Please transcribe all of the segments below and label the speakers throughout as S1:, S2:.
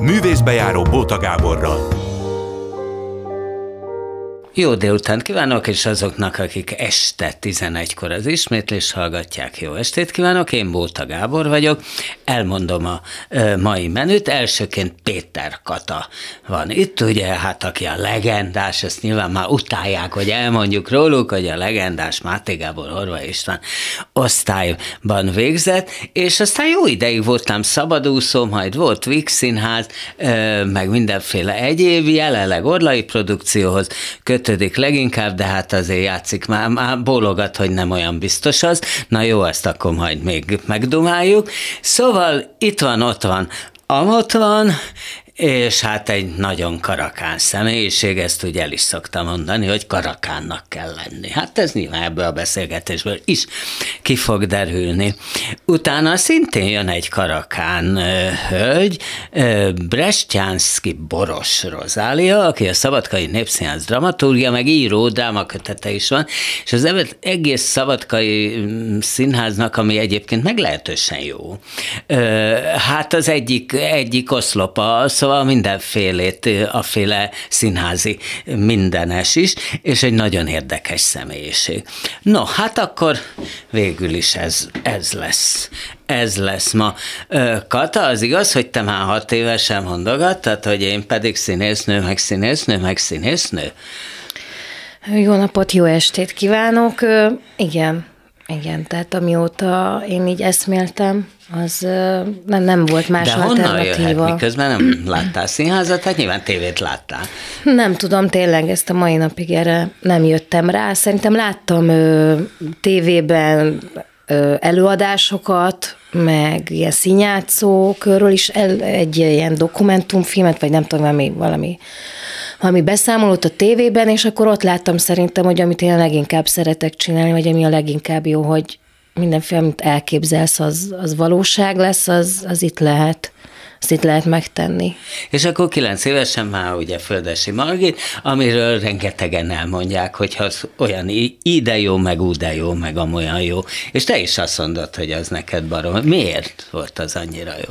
S1: Művészbejáró Bóta Gáborral.
S2: Jó délután kívánok, és azoknak, akik este 11-kor az ismétlést hallgatják, jó estét kívánok, én Bóta Gábor vagyok, elmondom a mai menüt, elsőként Péter Kata van itt, ugye, hát aki a legendás, ezt nyilván már utálják, hogy elmondjuk róluk, hogy a legendás Máté Gábor Horváth István osztályban végzett, és aztán jó ideig voltam szabadúszó, majd volt Víg Színház, meg mindenféle egyéb, jelenleg Orlai produkcióhoz kötődik leginkább, de hát azért játszik, már bólogat, hogy nem olyan biztos az. Na jó, ezt akkor majd még megdumáljuk. Szóval itt van, ott van, amott van, és hát egy nagyon karakán személyiség, ezt ugye el is szoktam mondani, hogy karakánnak kell lenni. Hát ez nyilván ebből a beszélgetésből is ki fog derülni. Utána szintén jön egy karakán hölgy, Brestjánszky Boros Rozália, aki a Szabadkai Népszínház dramaturgia, meg író, drámakötete is van, és az egész Szabadkai Színháznak, ami egyébként meglehetősen jó. Hát az egyik oszlopa, szóval mindenfélét, aféle színházi mindenes is, és egy nagyon érdekes személyiség. No, hát akkor végül is ez lesz ma. Kata, az igaz, hogy te már 6 évesen mondogattad, hogy én pedig színésznő, meg színésznő, meg színésznő?
S3: Jó napot, jó estét kívánok! Igen, tehát amióta én így eszméltem, az nem volt más alternatíva.
S2: De honnan jöhet, miközben nem láttál színházat? Hát nyilván tévét láttál.
S3: Nem tudom, tényleg ezt a mai napig erre nem jöttem rá. Szerintem láttam tévében előadásokat, meg ilyen színjátszókról is egy ilyen dokumentumfilmet, vagy nem tudom, valami beszámolót a tévében, és akkor ott láttam szerintem, hogy amit én a leginkább szeretek csinálni, vagy ami a leginkább jó, hogy mindenféle, amit elképzelsz, az valóság lesz, az itt lehet. Azt itt lehet megtenni.
S2: És akkor 9 évesen már ugye Földessy Margit, amiről rengetegen elmondják, hogy az olyan ide jó, meg úde jó, meg amolyan jó. És te is azt mondod, hogy az neked barom. Miért volt az annyira jó?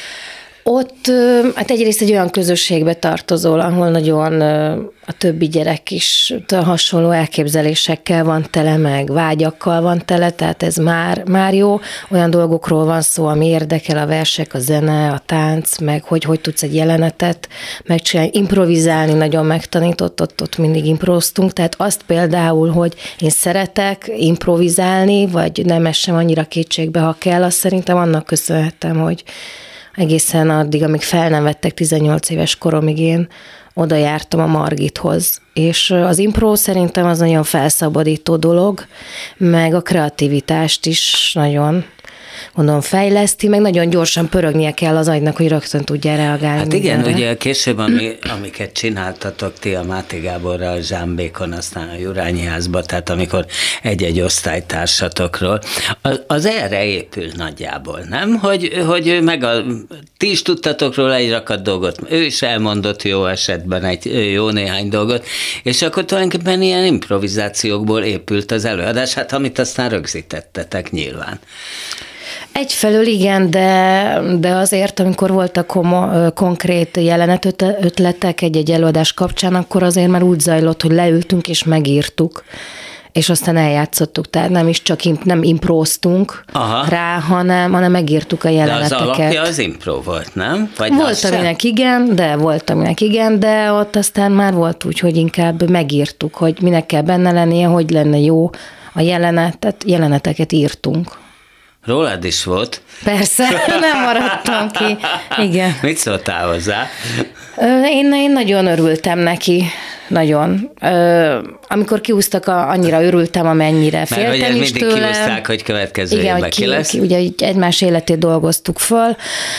S3: Ott hát egyrészt egy olyan közösségbe tartozol, ahol nagyon a többi gyerek is hasonló elképzelésekkel van tele, meg vágyakkal van tele, tehát ez már jó. Olyan dolgokról van szó, ami érdekel, a versek, a zene, a tánc, meg hogy tudsz egy jelenetet megcsinálni. Improvizálni nagyon megtanított, ott mindig improviztunk, tehát azt például, hogy én szeretek improvizálni, vagy nem essem annyira kétségbe, ha kell, azt szerintem annak köszönhettem, hogy egészen addig, amíg fel nem vettek 18 éves koromig, én oda jártam a Margithoz. És az impró szerintem az nagyon felszabadító dolog, meg a kreativitást is nagyon, gondolom, fejleszti, meg nagyon gyorsan pörögnie kell az agynak, hogy rögtön tudja reagálni.
S2: Hát igen, mindenre. Ugye később, amiket csináltatok ti a Máté Gáborral, Zsámbékon, aztán a Jurányi házba, tehát amikor egy-egy osztálytársatokról, az erre épül nagyjából, nem? Hogy meg ti is tudtatok róla egy rakat dolgot, ő is elmondott jó esetben egy jó néhány dolgot, és akkor tulajdonképpen ilyen improvizációkból épült az előadás, hát amit aztán rögzítettetek nyilván.
S3: Egyfelől igen, de azért, amikor voltak konkrét jelenetötletek egy előadás kapcsán, akkor azért már úgy zajlott, hogy leültünk és megírtuk, és aztán eljátszottuk, tehát nem is csak nem impróztunk rá, hanem megírtuk a jeleneteket.
S2: De az alapja az impró volt, nem? Vagy
S3: volt, aminek igen, de ott aztán már volt úgy, hogy inkább megírtuk, hogy minek kell benne lennie, hogy lenne jó a jelenet, tehát jeleneteket írtunk.
S2: Rólad is volt.
S3: Persze, nem maradtam ki. Igen.
S2: Mit szóltál hozzá?
S3: Én nagyon örültem neki. Nagyon. Amikor kiúztak, annyira örültem, amennyire féltem is tőle.
S2: Mindig kiúzták, hogy következő évben ki lesz.
S3: Ugye egymás életét dolgoztuk föl.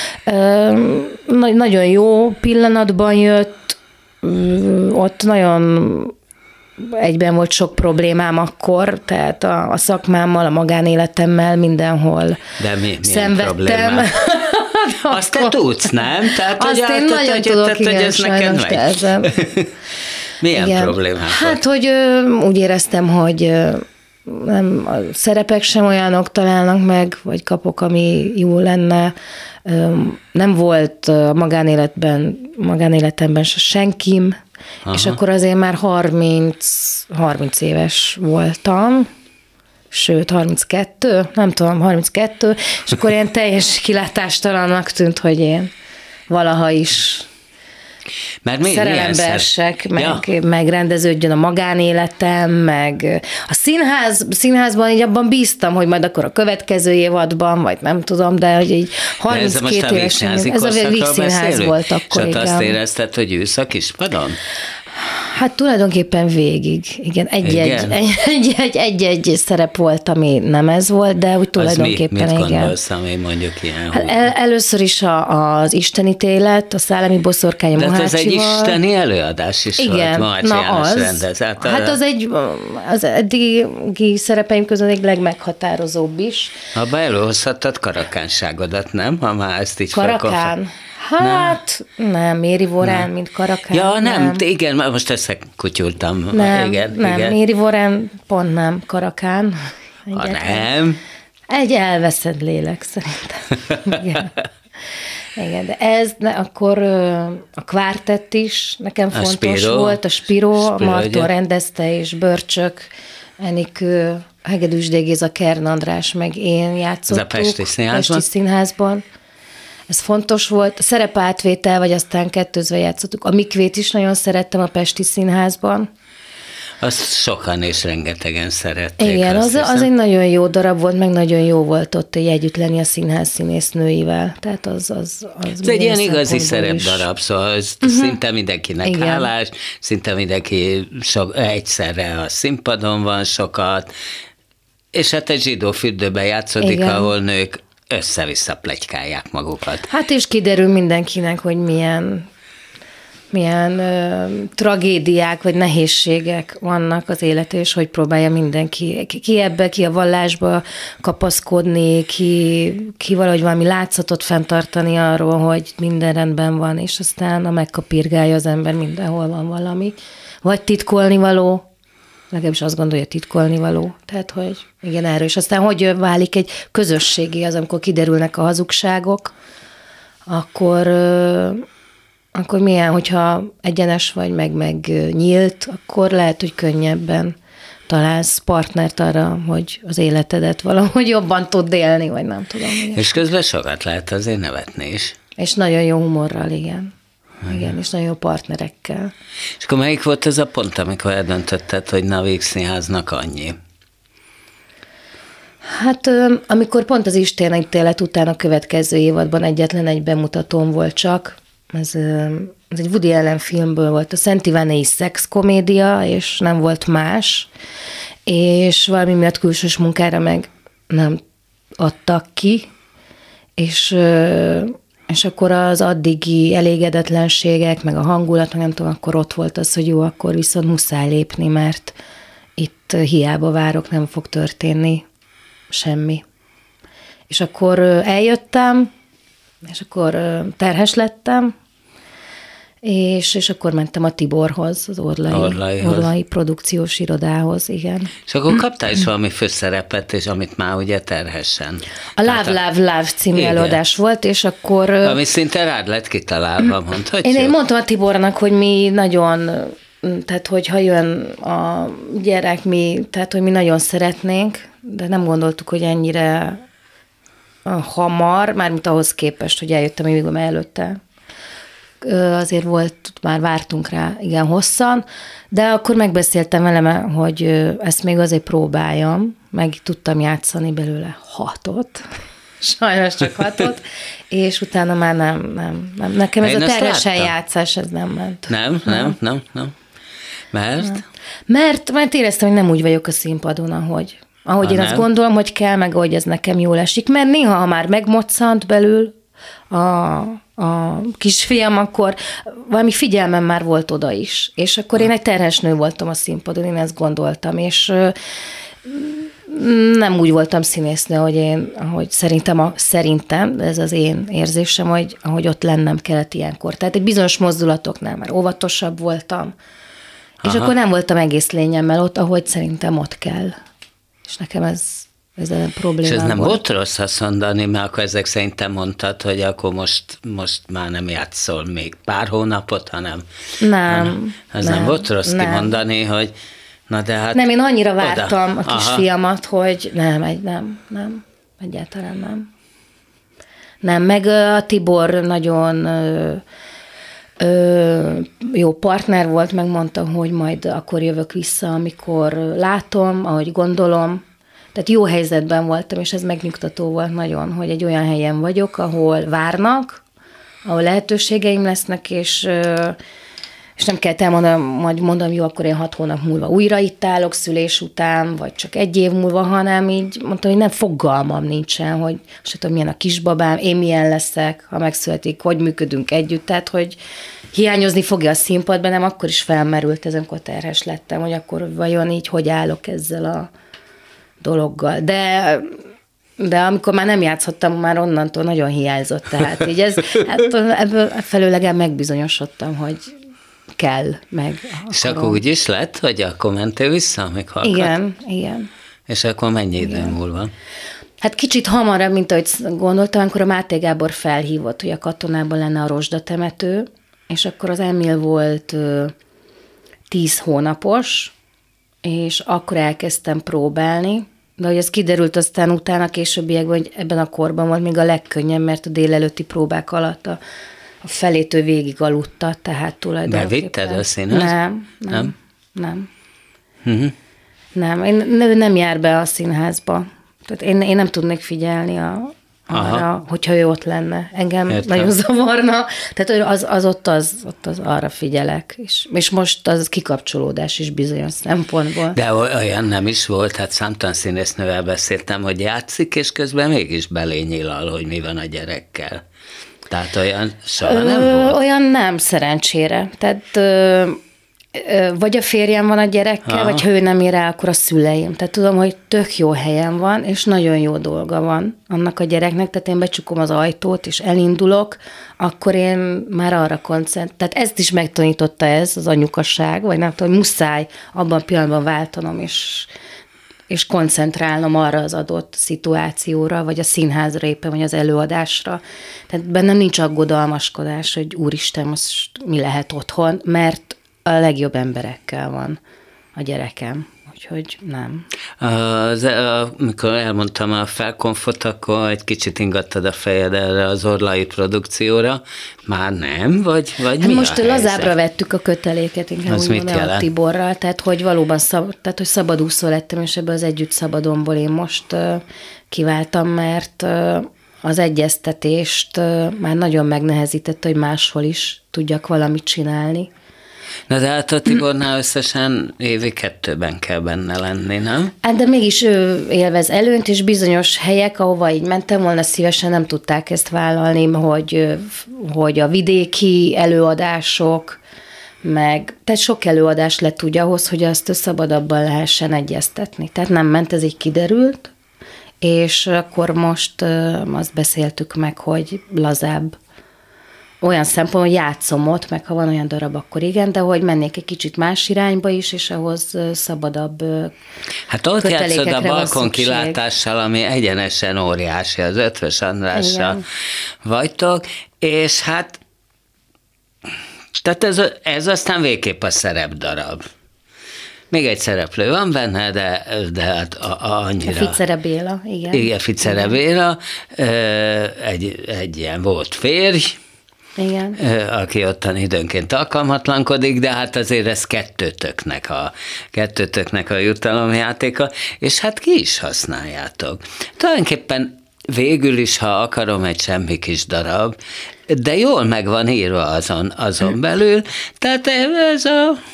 S3: Nagyon jó pillanatban jött. Ott nagyon egyben volt sok problémám akkor, tehát a szakmámmal, a magánéletemmel, mindenhol szenvedtem.
S2: Azt te tudsz, nem? Tehát,
S3: azt én nagyon tudok, igen,
S2: ez neked megy. Milyen problémák?
S3: Hát, hogy úgy éreztem, hogy a szerepek sem olyanok találnak meg, vagy kapok, ami jó lenne. Nem volt a magánéletemben se senkim, és akkor azért már 30 éves voltam, sőt 32, nem tudom, 32, és akkor ilyen teljes kilátástalannak tűnt, hogy én valaha is szerelembe essek, meg rendeződjön a magánéletem, meg a színházban így abban bíztam, hogy majd akkor a következő évadban, vagy nem tudom, de hogy így 32 évesen. Ez a Víg Színház volt akkor,
S2: igen. És azt érezted, hogy ülsz a kispadon?
S3: Hát tulajdonképpen végig, igen. Egy-egy szerep volt, ami nem ez volt, de úgy tulajdonképpen
S2: mit gondolsz, ami mondjuk ilyen?
S3: Hát először is az Istenítélet, a Szellemi Boszorkány Mohácsival.
S2: De ez egy isteni előadás is volt, Mohácsi János rendezett.
S3: Hát az eddigi szerepeim közül egy legmeghatározóbb is.
S2: Abba előhozhattad karakánságodat, nem? Ha már ezt így
S3: Karakán? Hát, nem, Méri Vorán, mint Karakán.
S2: Ja, nem, igen, most összekutyultam.
S3: Nem,
S2: igen.
S3: Méri Vorán pont nem Karakán.
S2: Nem?
S3: Egy elveszett lélek szerintem. Igen, de akkor a kvártett is nekem fontos volt, a Spiró, Marton rendezte, és Börcsök, Enikő, Hegedűs Géza, Kern András, meg én játszottuk.
S2: Ez a Pesti
S3: Színházban. Ez fontos volt. A szerepátvétel, vagy aztán kettőzve játszottuk. A Mikvét is nagyon szerettem a Pesti Színházban.
S2: Azt sokan és rengetegen szerették.
S3: Igen, az egy nagyon jó darab volt, meg nagyon jó volt ott együtt lenni a színház színésznőivel. Tehát az
S2: ez egy ilyen igazi szerepdarab, szóval szinte mindenkinek hálás, szinte mindenki egyszerre a színpadon van sokat, és hát egy zsidó fürdőben játszódik, ahol nők össze-vissza pletykálják magukat.
S3: Hát és kiderül mindenkinek, hogy milyen tragédiák vagy nehézségek vannak az élet, és hogy próbálja mindenki, ki a vallásba kapaszkodni, ki valahogy valami látszatot fenntartani arról, hogy minden rendben van, és aztán megkapirgálja az ember, mindenhol van valami. Vagy titkolni való, legalábbis azt gondolja, titkolni való. Tehát, hogy igen, erről. És aztán hogy válik egy közösségi az, amikor kiderülnek a hazugságok, akkor milyen, hogyha egyenes vagy, meg nyílt, akkor lehet, hogy könnyebben találsz partnert arra, hogy az életedet valahogy jobban tudd élni, vagy nem tudom.
S2: És közben sokat lehet azért nevetni is.
S3: És nagyon jó humorral, igen. Igen, és nagyon jó partnerekkel.
S2: És akkor melyik volt ez a pont, amikor eldöntötted, hogy na Víg Színháznak annyi?
S3: Hát amikor pont az Istenítélet után a következő évadban egyetlen egy bemutatóm volt csak, ez egy Woody Allen filmből volt, a Szent Iványi szexkomédia, és nem volt más, és valami miatt külsős munkára meg nem adtak ki, és akkor az addigi elégedetlenségek, meg a hangulat, meg nem tudom, akkor ott volt az, hogy jó, akkor viszont muszáj lépni, mert itt hiába várok, nem fog történni semmi. És akkor eljöttem, és akkor terhes lettem, és akkor mentem a Tiborhoz, az Orlai produkciós irodához, igen.
S2: És akkor kaptál is valami főszerepet, és amit már ugye terhesen.
S3: A Love című előadás volt, és akkor...
S2: Ami szinte rád lett kitalálva, mondhatjuk?
S3: Én mondtam a Tibornak, hogy mi nagyon, tehát hogyha jön a gyerek, tehát hogy mi nagyon szeretnénk, de nem gondoltuk, hogy ennyire hamar, mármint ahhoz képest, hogy eljöttem még előtte. Azért volt, már vártunk rá igen hosszan, de akkor megbeszéltem velem, hogy ezt még azért próbáljam, meg tudtam játszani belőle 6-ot, sajnos csak 6-ot, és utána már nem. Nekem ez a terhesen játszás, ez nem ment.
S2: Nem. Mert?
S3: Mert éreztem, hogy nem úgy vagyok a színpadon, ahogy én azt gondolom, hogy kell, meg ahogy ez nekem jól esik, mert néha, ha már megmoccant belül a kisfiam, akkor valami figyelmem már volt oda is. És akkor én egy terhes nő voltam a színpadon, én ezt gondoltam, és nem úgy voltam színésznő, ahogy szerintem, ez az én érzésem, hogy ahogy ott lennem kellett ilyenkor. Tehát egy bizonyos mozdulatoknál már óvatosabb voltam, és akkor nem voltam egész lényemmel ott, ahogy szerintem ott kell. És nekem ez a probléma.
S2: És ez nem volt rossz azt mondani, mert akkor ezek szerint te mondtad, hogy akkor most már nem játszol még pár hónapot, hanem... Nem volt rossz kimondani, hogy na de hát...
S3: Nem, én annyira vártam a kisfiamat, hogy nem, egyáltalán nem. Nem, meg a Tibor nagyon jó partner volt, megmondta, hogy majd akkor jövök vissza, amikor látom, ahogy gondolom. Tehát jó helyzetben voltam, és ez megnyugtató volt nagyon, hogy egy olyan helyen vagyok, ahol várnak, ahol lehetőségeim lesznek, és nem kell mondom, jó, akkor én 6 hónap múlva újra itt állok szülés után, vagy csak 1 év múlva, hanem így mondtam, hogy nem fogalmam nincsen, hogy se tudom, milyen a kisbabám, én milyen leszek, ha megszületik, hogy működünk együtt, tehát, hogy hiányozni fogja a színpadban, nem akkor is felmerült ezen, amikor terhes lettem, hogy akkor vajon így hogy állok ezzel a dologgal. De amikor már nem játszottam, már onnantól nagyon hiányzott, tehát így ebből felőlegem megbizonyosodtam, hogy kell, meg akarom.
S2: És akkor úgy is lett, hogy akkor mentél vissza, amíg halkat?
S3: Igen.
S2: És akkor mennyi idő múlva?
S3: Hát kicsit hamarabb, mint ahogy gondoltam, amikor a Máté Gábor felhívott, hogy a Katonában lenne a rozsdatemető, és akkor az Emil volt 10 hónapos, és akkor elkezdtem próbálni, de hogy ez kiderült aztán utána későbbiekben, hogy ebben a korban volt még a legkönnyebb, mert a délelőtti próbák alatt a felétől végig aludta, tehát tulajdonképpen.
S2: Bevitted a színház?
S3: Nem. Nem, ő nem jár be a színházba. Tehát én nem tudnék figyelni arra, hogyha ő ott lenne. Engem nagyon zavarna. Tehát az arra figyelek. És most az kikapcsolódás is bizonyos szempontból.
S2: De olyan nem is volt, hát számtalan színésznővel beszéltem, hogy játszik, és közben mégis belényilal, hogy mi van a gyerekkel. Tehát olyan soha nem volt?
S3: Olyan nem, szerencsére. Tehát vagy a férjem van a gyerekkel, vagy ha ő nem ér el, akkor a szüleim. Tehát tudom, hogy tök jó helyen van, és nagyon jó dolga van annak a gyereknek, tehát én becsukom az ajtót, és elindulok, akkor én már arra koncentrálom. Tehát ezt is megtanította az anyukasság, vagy nem tudom, hogy muszáj abban a pillanatban váltanom, és koncentrálnom arra az adott szituációra, vagy a színházra éppen, vagy az előadásra. Tehát bennem nincs aggodalmaskodás, hogy úristen, most mi lehet otthon, mert a legjobb emberekkel van a gyerekem, úgyhogy nem.
S2: Amikor elmondtam a Felkonfot, akkor egy kicsit ingattad a fejed erre az Orlai produkcióra. Már nem? Vagy hát mi
S3: most lazábbra vettük a köteléket, inkább úgy mondom, a Tiborral, tehát hogy valóban tehát, hogy szabadúszó lettem, és ebből az együtt szabadomból én most kiváltam, mert az egyeztetést már nagyon megnehezítette, hogy máshol is tudjak valamit csinálni.
S2: Na de hát a Tibornál összesen évi 2-ben kell benne lenni, nem?
S3: Hát de mégis ő élvez előnyt, és bizonyos helyek, ahova így mentem volna szívesen, nem tudták ezt vállalni, hogy a vidéki előadások, tehát sok előadás lett úgy ahhoz, hogy azt szabadabban lehessen egyeztetni. Tehát nem ment, ez így kiderült, és akkor most azt beszéltük meg, hogy lazább. Olyan szempontból, hogy játszom ott, meg ha van olyan darab, akkor igen, de hogy mennék egy kicsit más irányba is, és ahhoz szabadabb
S2: hát ott játszod a balkon kilátással, ami egyenesen óriási, az Ötvös Andrással vagytok, és hát tehát ez aztán végképp a szerepdarab. Még egy szereplő van benne, de hát annyira...
S3: A Ficere Béla, igen.
S2: Igen, Ficere Béla, egy ilyen volt férj,
S3: igen.
S2: Aki ottan időnként alkalmatlankodik, de hát azért ez kettőtöknek a jutalomjátéka, és hát ki is használjátok. Tulajdonképpen végül is, ha akarom, egy semmi kis darab, de jól meg van írva azon belül, tehát ez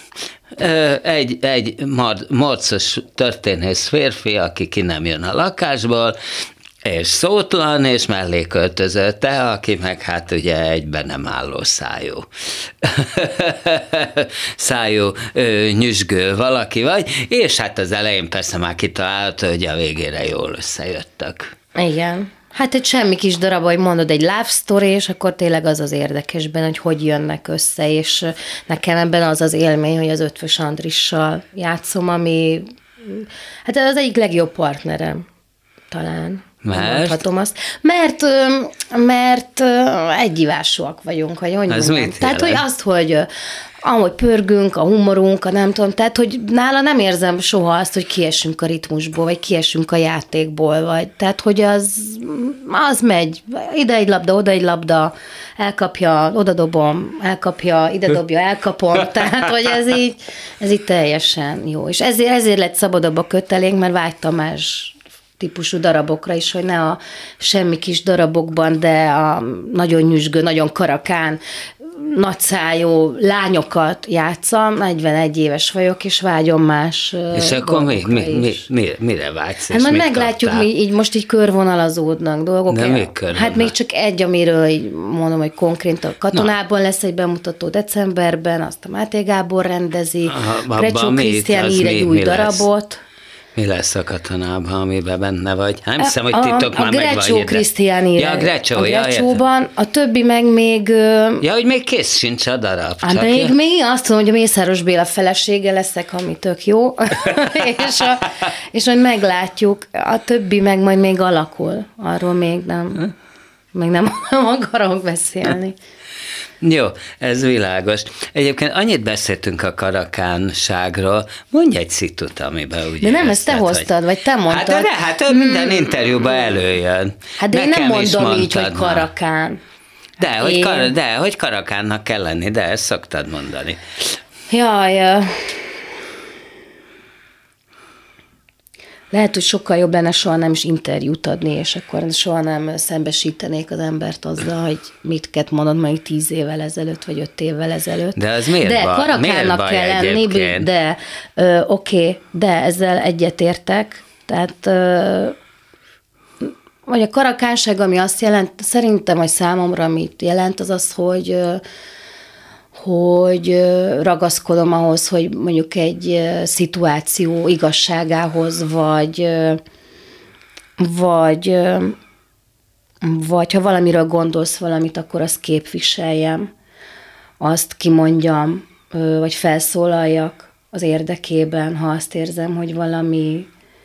S2: egy morcos történész férfi, aki ki nem jön a lakásból, és szótlan, és mellé költözött te, aki meg hát ugye egy be nem álló szájú nyüzsgő valaki vagy, és hát az elején persze már kitalálta, hogy a végére jól összejöttek.
S3: Igen. Hát egy semmi kis darab, hogy mondod, egy love story, és akkor tényleg az az érdekes benne, hogy jönnek össze, és nekem ebben az az élmény, hogy az Ötvös Andrissal játszom, ami Hát az egyik legjobb partnerem, talán.
S2: Mert?
S3: Mondhatom azt. Mert egyivásúak vagyunk, vagy hogy mondjam. Tehát, hogy azt, hogy ahogy pörgünk, a humorunk, a nem tudom, tehát, hogy nála nem érzem soha azt, hogy kiesünk a ritmusból, vagy kiesünk a játékból, vagy tehát, hogy az megy, ide egy labda, oda egy labda, elkapja, oda dobom, elkapja, ide dobja, elkapom, tehát, hogy ez így teljesen jó. És ezért lett szabadabb a kötelénk, mert Vágy Tamás típusú darabokra is, hogy ne a semmi kis darabokban, de a nagyon nyüzsgő, nagyon karakán, nagyszájú lányokat játszam, 41 éves vagyok, és vágyom más
S2: és akkor mire vágysz?
S3: Hát majd meglátjuk, így most így körvonalazódnak dolgok.
S2: De még körvonal?
S3: Hát még csak egy, amiről így mondom, hogy konkrét a Katonában lesz egy bemutató decemberben, azt a Máté Gábor rendezi, Grecsó Krisztián ír egy új darabot.
S2: Mi lesz a Katonában, amiben benne vagy? Nem hiszem, hogy titok már megvan.
S3: A Grecsó Krisztián ír.
S2: Ja,
S3: a Grecsóban, a többi meg még...
S2: Ja, hogy még kész sincs a darab.
S3: Még azt tudom, hogy a Mészáros Béla felesége leszek, ami tök jó, és hogy meglátjuk, a többi meg majd még alakul. Arról még nem akarok beszélni.
S2: Jó, ez világos. Egyébként annyit beszéltünk a karakánságról, mondj egy szitut, amiben úgy
S3: de nem, ezt te hoztad, vagy te mondtad.
S2: Hát minden interjúban előjön.
S3: Hát de én nem mondom így, hogy karakán.
S2: Hogy karakánnak kell lenni, de ezt szoktad mondani.
S3: Jaj, lehet, hogy sokkal jobb lenne soha nem is interjút adni, és akkor soha nem szembesítenék az embert azzal, hogy mit mondod majd 10 évvel ezelőtt, vagy 5 évvel ezelőtt.
S2: De az miért
S3: de
S2: baj?
S3: karakánnak kell lenni, de oké, de ezzel egyetértek. Tehát vagy a karakánság, ami azt jelent, szerintem, vagy számomra, amit jelent, az az, hogy ragaszkodom ahhoz, hogy mondjuk egy szituáció igazságához, vagy ha valamiről gondolsz valamit, akkor azt képviseljem, azt kimondjam, vagy felszólaljak az érdekében, ha azt érzem, hogy valami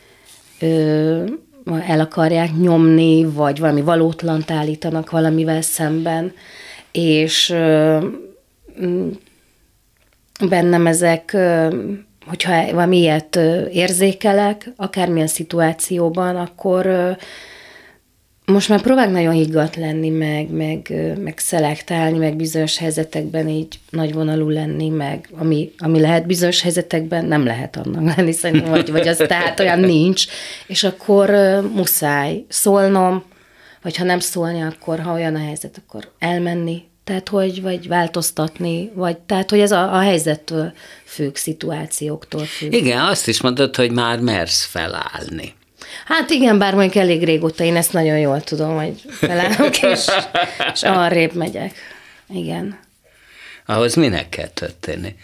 S3: el akarják nyomni, vagy valami valótlant állítanak valamivel szemben, és bennem ezek, hogyha valami ilyet érzékelek, akármilyen szituációban, akkor most már próbálok nagyon higgadt lenni, meg szelektálni, meg bizonyos helyzetekben így nagyvonalú lenni, meg ami lehet bizonyos helyzetekben, nem lehet annak lenni, szerintem, vagy az tehát olyan nincs, és akkor muszáj szólnom, vagy ha nem szólni, akkor ha olyan a helyzet, akkor elmenni, tehát vagy változtatni, tehát hogy ez a helyzettől függ, szituációktól függ.
S2: Igen, azt is mondod, hogy már mersz felállni.
S3: Hát igen, bár mondjuk elég régóta én ezt nagyon jól tudom, hogy felállok, és arrébb megyek. Igen.
S2: Ahhoz minek kell történni?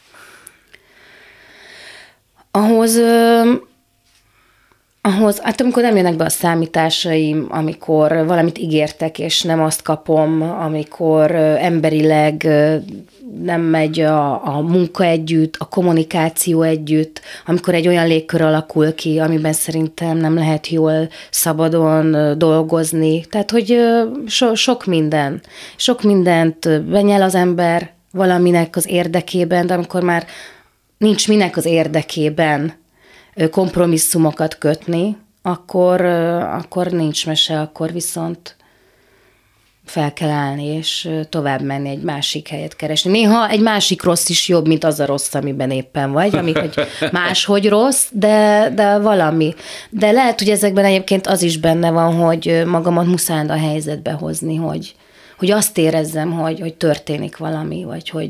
S3: Ahhoz, hát amikor nem jönnek be a számításaim, amikor valamit ígértek, és nem azt kapom, amikor emberileg nem megy a munka együtt, a kommunikáció együtt, amikor egy olyan légkör alakul ki, amiben szerintem nem lehet jól szabadon dolgozni. Tehát, hogy sok mindent benyel az ember valaminek az érdekében, de amikor már nincs minek az érdekében kompromisszumokat kötni, akkor nincs mese, akkor viszont fel kell állni, és tovább menni, egy másik helyet keresni. Néha egy másik rossz is jobb, mint az a rossz, amiben éppen vagy, ami hogy máshogy rossz, de valami. De lehet, hogy ezekben egyébként az is benne van, hogy magamat muszáj a helyzetbe hozni, hogy azt érezzem, hogy történik valami,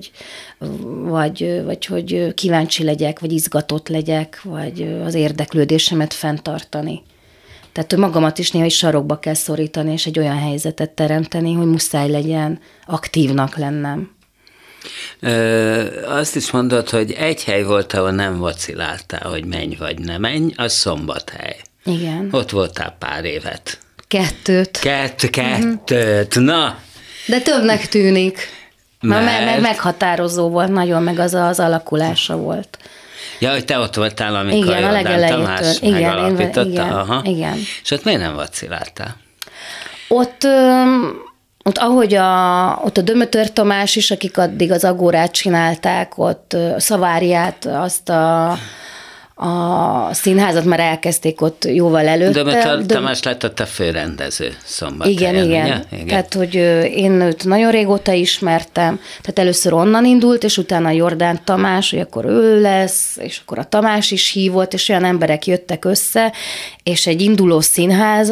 S3: vagy hogy kíváncsi legyek, vagy izgatott legyek, vagy az érdeklődésemet fenntartani. Tehát, hogy magamat is néha sarokba kell szorítani, és egy olyan helyzetet teremteni, hogy muszáj legyen aktívnak lennem.
S2: Azt is mondod, hogy egy hely volt, ahol nem vaciláltál, hogy menj vagy ne menj, az Szombathely.
S3: Igen.
S2: Ott voltál pár évet.
S3: 2.
S2: Na!
S3: De többnek tűnik. Mert meghatározó volt nagyon, meg az alakulása volt.
S2: Ja, hogy te ott voltál, amikor
S3: igen, a
S2: Jordán Tamás megalapította.
S3: Igen.
S2: És ott miért nem vaciláltál?
S3: Ott ahogy ott a Dömötör Tamás is, akik addig az Agórát csinálták, ott Szaváriát, azt a színházat már elkezdték ott jóval előtte.
S2: Dömötör Tamás lett ott a főrendező Szombathelyen.
S3: Igen. Tehát, hogy én őt nagyon régóta ismertem, tehát először onnan indult, és utána Jordán Tamás, hogy akkor ő lesz, és akkor a Tamás is hívott, és olyan emberek jöttek össze, és egy induló színház,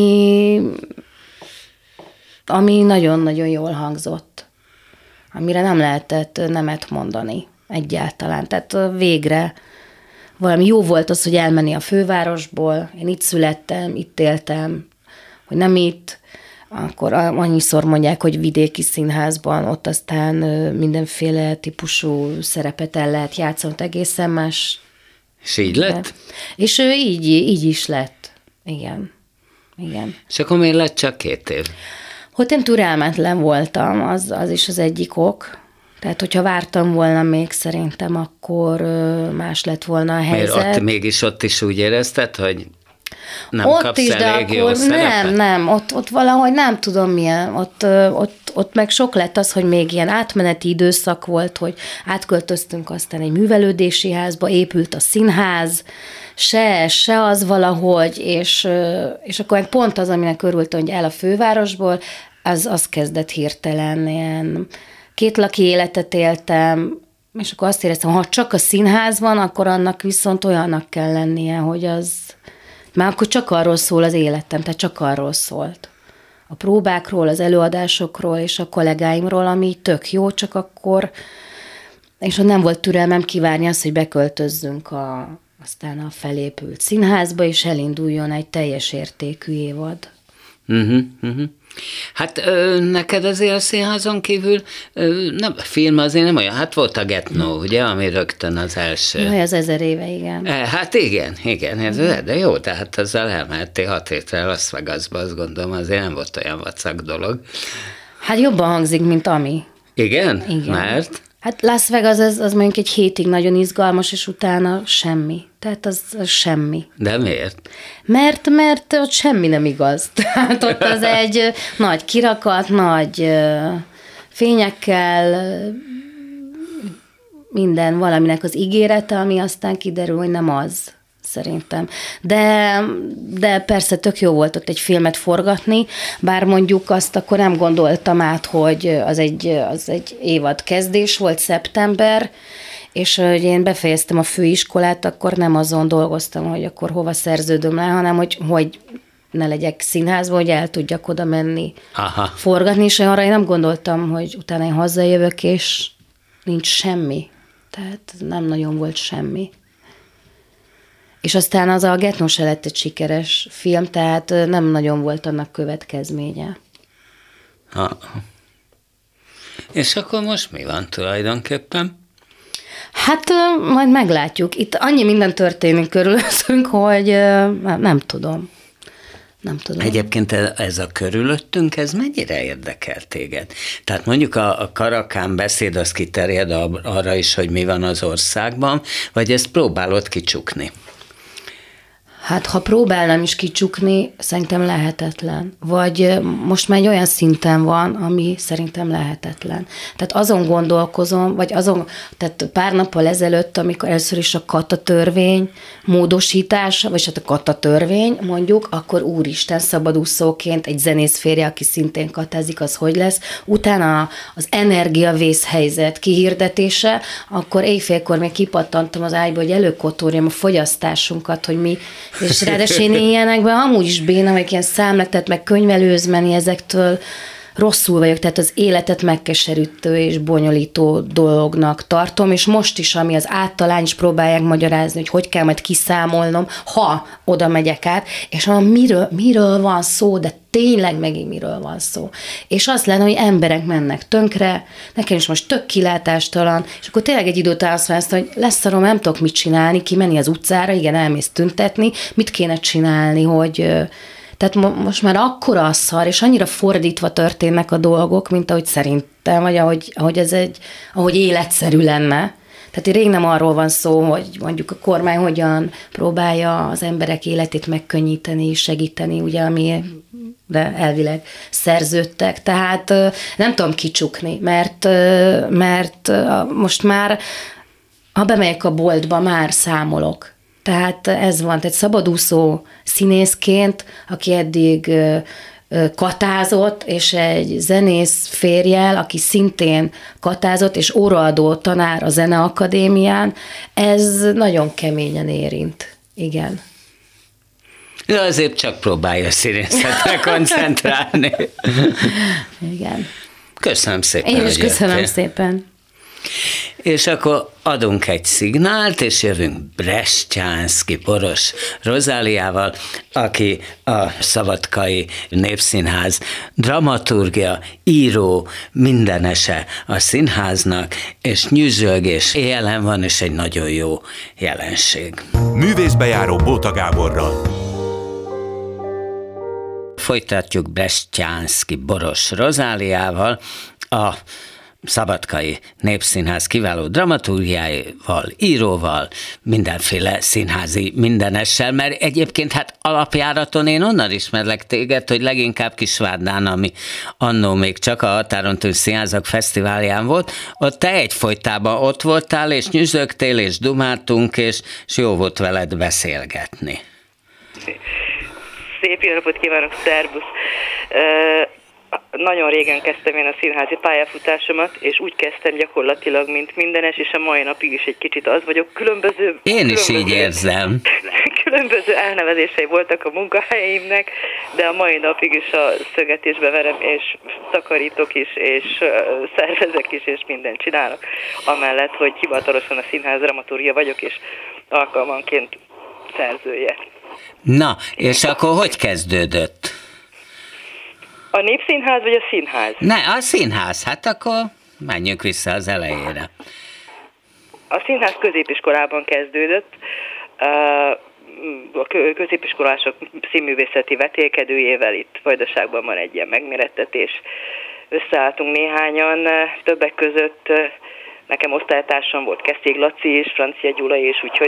S3: ami nagyon-nagyon jól hangzott, amire nem lehetett nemet mondani egyáltalán. Tehát végre valami jó volt az, hogy elmenni a fővárosból, én itt születtem, itt éltem, hogy nem itt, akkor annyiszor mondják, hogy vidéki színházban, ott aztán mindenféle típusú szerepet el lehet játszani, egészen más.
S2: És így lett?
S3: És így is lett, igen.
S2: És akkor miért lett csak 2 év?
S3: Hogy én türelmetlen voltam, az is az egyik ok. Tehát, hogyha vártam volna még, szerintem akkor más lett volna a helyzet.
S2: Miért mégis ott is úgy érezted, hogy nem
S3: ott
S2: kapsz
S3: is,
S2: elég jó szerepet?
S3: Nem, ott valahogy nem tudom milyen, ott meg sok lett az, hogy még ilyen átmeneti időszak volt, hogy átköltöztünk aztán egy művelődési házba, épült a színház, se az valahogy, és akkor meg pont az, aminek örültem, hogy el a fővárosból, az kezdett hirtelen ilyen 2 laki életet éltem, és akkor azt éreztem, ha csak a színház van, akkor annak viszont olyannak kell lennie, hogy az, már akkor csak arról szól az életem, tehát csak arról szólt. A próbákról, az előadásokról és a kollégáimról, ami tök jó, csak akkor, és nem volt türelmem kivárni azt, hogy beköltözzünk aztán a felépült színházba, és elinduljon egy teljes értékű évad.
S2: Hát neked azért a színházon kívül nem, film azért nem olyan, hát volt a Getno, ugye, ami rögtön az első.
S3: Jaj, az 1000 éve, igen.
S2: Hát igen, de jó, tehát ezzel elmehettél 6 hétre Las Vegasba, azt gondolom, azért nem volt olyan vacak dolog.
S3: Hát jobban hangzik, mint ami.
S2: Igen? Mert?
S3: Hát Las Vegas az mondjuk egy hétig nagyon izgalmas, és utána semmi. Tehát az semmi.
S2: De miért?
S3: Mert ott semmi nem igaz. Tehát ott az egy nagy kirakat, nagy fényekkel, minden valaminek az ígérete, ami aztán kiderül, hogy nem az, szerintem. De persze tök jó volt ott egy filmet forgatni, bár mondjuk azt akkor nem gondoltam át, hogy az egy évad kezdés volt, szeptember, és hogy én befejeztem a főiskolát, akkor nem azon dolgoztam, hogy akkor hova szerződöm le, hanem hogy ne legyek színházban, hogy el tudjak oda menni forgatni, és arra én nem gondoltam, hogy utána én hazajövök, és nincs semmi. Tehát nem nagyon volt semmi. És aztán az a Getno se lett egy sikeres film, tehát nem nagyon volt annak következménye.
S2: És akkor most mi van tulajdonképpen?
S3: Hát majd meglátjuk. Itt annyi minden történik körülöttünk, hogy nem tudom.
S2: Egyébként ez a körülöttünk, ez mennyire érdekel téged? Tehát mondjuk a Karakán beszéd az kiterjed arra is, hogy mi van az országban, vagy ezt próbálod kicsukni?
S3: Hát, ha próbálnám is kicsukni, szerintem lehetetlen. Vagy most már egy olyan szinten van, ami szerintem lehetetlen. Tehát azon gondolkozom, tehát pár nappal ezelőtt, amikor először is a kata törvény módosítása, vagy hát a kata törvény mondjuk, akkor úristen, szabadúszóként egy zenész férje, aki szintén katázik, az hogy lesz. Utána az energiavészhelyzet kihirdetése, akkor éjfélkor még kipattantam az ágyba, hogy előkotórjam a fogyasztásunkat, hogy mi. És ráadásul én ilyenekben amúgy is béna, vagy ilyen számletet, meg könyvelőzmeni, ezektől rosszul vagyok, tehát az életet megkeserítő és bonyolító dolognak tartom, és most is, ami az általány is próbálják magyarázni, hogy kell majd kiszámolnom, ha oda megyek át, és miről van szó, de tényleg megint miről van szó. És azt lenne, hogy emberek mennek tönkre, nekem is most tök kilátástalan, és akkor tényleg egy idő után azt mondta, hogy leszarom, nem tudok mit csinálni, kimenni az utcára, igen, elmész tüntetni, mit kéne csinálni, hogy... Tehát most már akkora a szar, és annyira fordítva történnek a dolgok, mint ahogy szerintem, vagy ahogy életszerű lenne. Tehát rég nem arról van szó, hogy mondjuk a kormány hogyan próbálja az emberek életét megkönnyíteni, segíteni, ugye, amire elvileg szerződtek. Tehát nem tudom kicsukni, mert most már, ha bemegyek a boltba, már számolok. Tehát ez van, tehát szabadúszó színészként, aki eddig katázott, és egy zenész férjel, aki szintén katázott, és óraadó tanár a Zeneakadémián, ez nagyon keményen érint. Igen.
S2: De azért csak próbálja színészetre koncentrálni.
S3: Igen.
S2: Köszönöm szépen.
S3: Én is köszönöm szépen.
S2: És akkor adunk egy szignált, és jövünk Brestjánszky Boros Rozáliával, aki a Szabadkai Népszínház dramaturgia, író, mindenese a színháznak, és nyüzsög, és élen van, és egy nagyon jó jelenség.
S1: Művészbejáró Bóta Gáborral.
S2: Folytatjuk Brestjánszky Boros Rozáliával, a Szabadkai Népszínház kiváló dramaturgiáival, íróval, mindenféle színházi mindenessel, mert egyébként hát alapjáraton én onnan ismerlek téged, hogy leginkább Kisvárdán, ami annó még csak a Határon túl Színházak Fesztiválján volt, ott te egyfolytában ott voltál, és nyüzsögtél, és dumáltunk, és jó volt veled beszélgetni.
S4: Szép jó napot kívánok, szervusz! Nagyon régen kezdtem én a színházi pályafutásomat, és úgy kezdtem gyakorlatilag, mint mindenes, és a mai napig is egy kicsit az vagyok.
S2: Én is így érzem.
S4: Különböző elnevezései voltak a munkahelyeimnek, de a mai napig is a szögetésbe verem, és takarítok is, és szervezek is, és mindent csinálok. Amellett, hogy hivatalosan a színház dramaturgia vagyok, és alkalmanként szerzője.
S2: Na, és akkor hogy kezdődött?
S4: A Népszínház vagy a színház?
S2: Ne, a színház, hát akkor menjünk vissza az elejére.
S4: A színház középiskolában kezdődött. A középiskolások színművészeti vetélkedőjével itt Vajdaságban van egy ilyen megmérettetés. Összeálltunk néhányan, többek között nekem osztálytársam volt Keszég Laci és Francia Gyula is, úgyhogy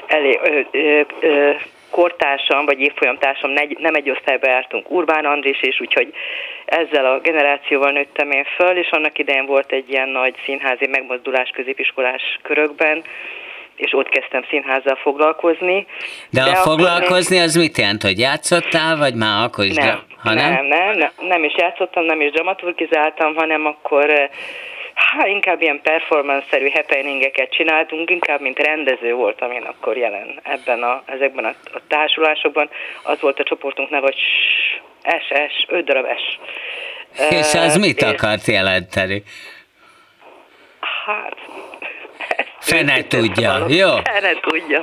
S4: kortársam, vagy évfolyamtársam, nem egy osztályba jártunk, Urbán Andris, és úgyhogy ezzel a generációval nőttem én föl, és annak idején volt egy ilyen nagy színházi megmozdulás középiskolás körökben, és ott kezdtem színházzal foglalkozni.
S2: De a foglalkozni az mit jelent, hogy játszottál, vagy már akkor is?
S4: Nem is játszottam, nem is dramaturgizáltam, hanem akkor inkább ilyen performance-szerű happeningeket csináltunk, inkább mint rendező voltam én akkor jelen ezekben a társulásokban. Az volt a csoportunk neve, hogy SS, 5 darab S.
S2: És az mit akart jelenteni?
S4: Hát...
S2: Fene tudja, jó?
S4: Fene tudja,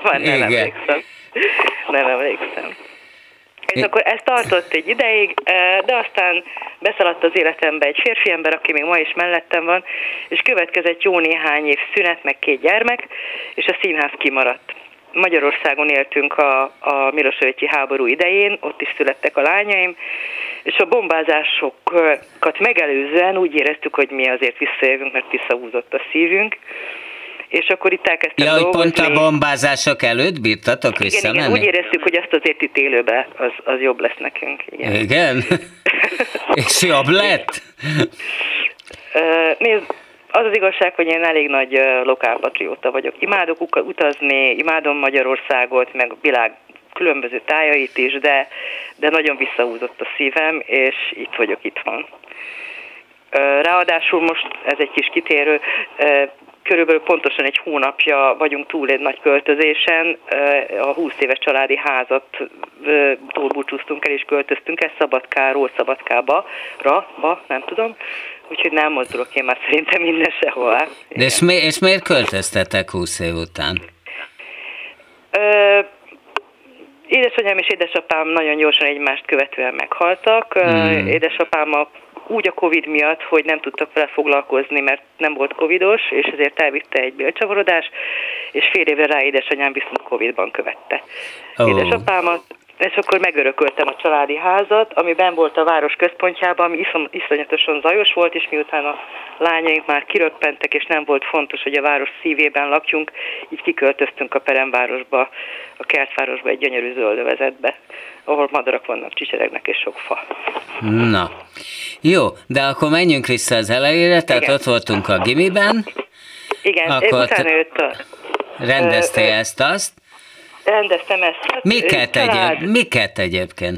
S4: nem emlékszem. És akkor ez tartott egy ideig, de aztán beszaladt az életembe egy férfi ember, aki még ma is mellettem van, és következett jó néhány év szünet, meg 2 gyermek, és a színház kimaradt. Magyarországon éltünk a Milosevici háború idején, ott is születtek a lányaim, és a bombázásokat megelőzően úgy éreztük, hogy mi azért visszajövünk, mert visszahúzott a szívünk. És akkor itt elkezdtem dolgozni.
S2: Hogy pont a bombázások előtt bírtatok visszamenni?
S4: Igen, úgy éreztük, hogy azt azért itt élőben az jobb lesz nekünk.
S2: Igen? És jobb lett?
S4: Nézd, az az igazság, hogy én elég nagy lokálpatrióta vagyok. Imádok utazni, imádom Magyarországot, meg a világ különböző tájait is, de nagyon visszahúzott a szívem, és itt vagyok itthon. Ráadásul most ez egy kis kitérő, körülbelül pontosan egy hónapja vagyunk túl egy nagy költözésen, a 20 éves családi házat búcsúztunk el és költöztünk el Szabadkáról Szabadkába, nem tudom, úgyhogy nem mozdulok én már szerintem minden sehová.
S2: De és miért költöztetek 20 év után?
S4: Édesanyám és édesapám nagyon gyorsan egymást követően meghaltak. Édesapám úgy a Covid miatt, hogy nem tudtak vele foglalkozni, mert nem volt covidos, és ezért elvitte egy bélcsavarodás, és fél évre rá édesanyám viszont Covidban követte. Édesapámat, és akkor megörököltem a családi házat, ami benn volt a város központjában, ami iszonyatosan zajos volt, és miután a lányaink már kiröppentek, és nem volt fontos, hogy a város szívében lakjunk, így kiköltöztünk a peremvárosba, a kertvárosba, egy gyönyörű zöldövezetbe, ahol madarak vannak, csicseregnek és sok fa.
S2: Na, jó, de akkor menjünk vissza az elejére, tehát igen. Ott voltunk a gimiben.
S4: Igen, akkor utána jött a...
S2: Rendeztél ezt-azt.
S4: Rendeztem ezt.
S2: Miket egyébként?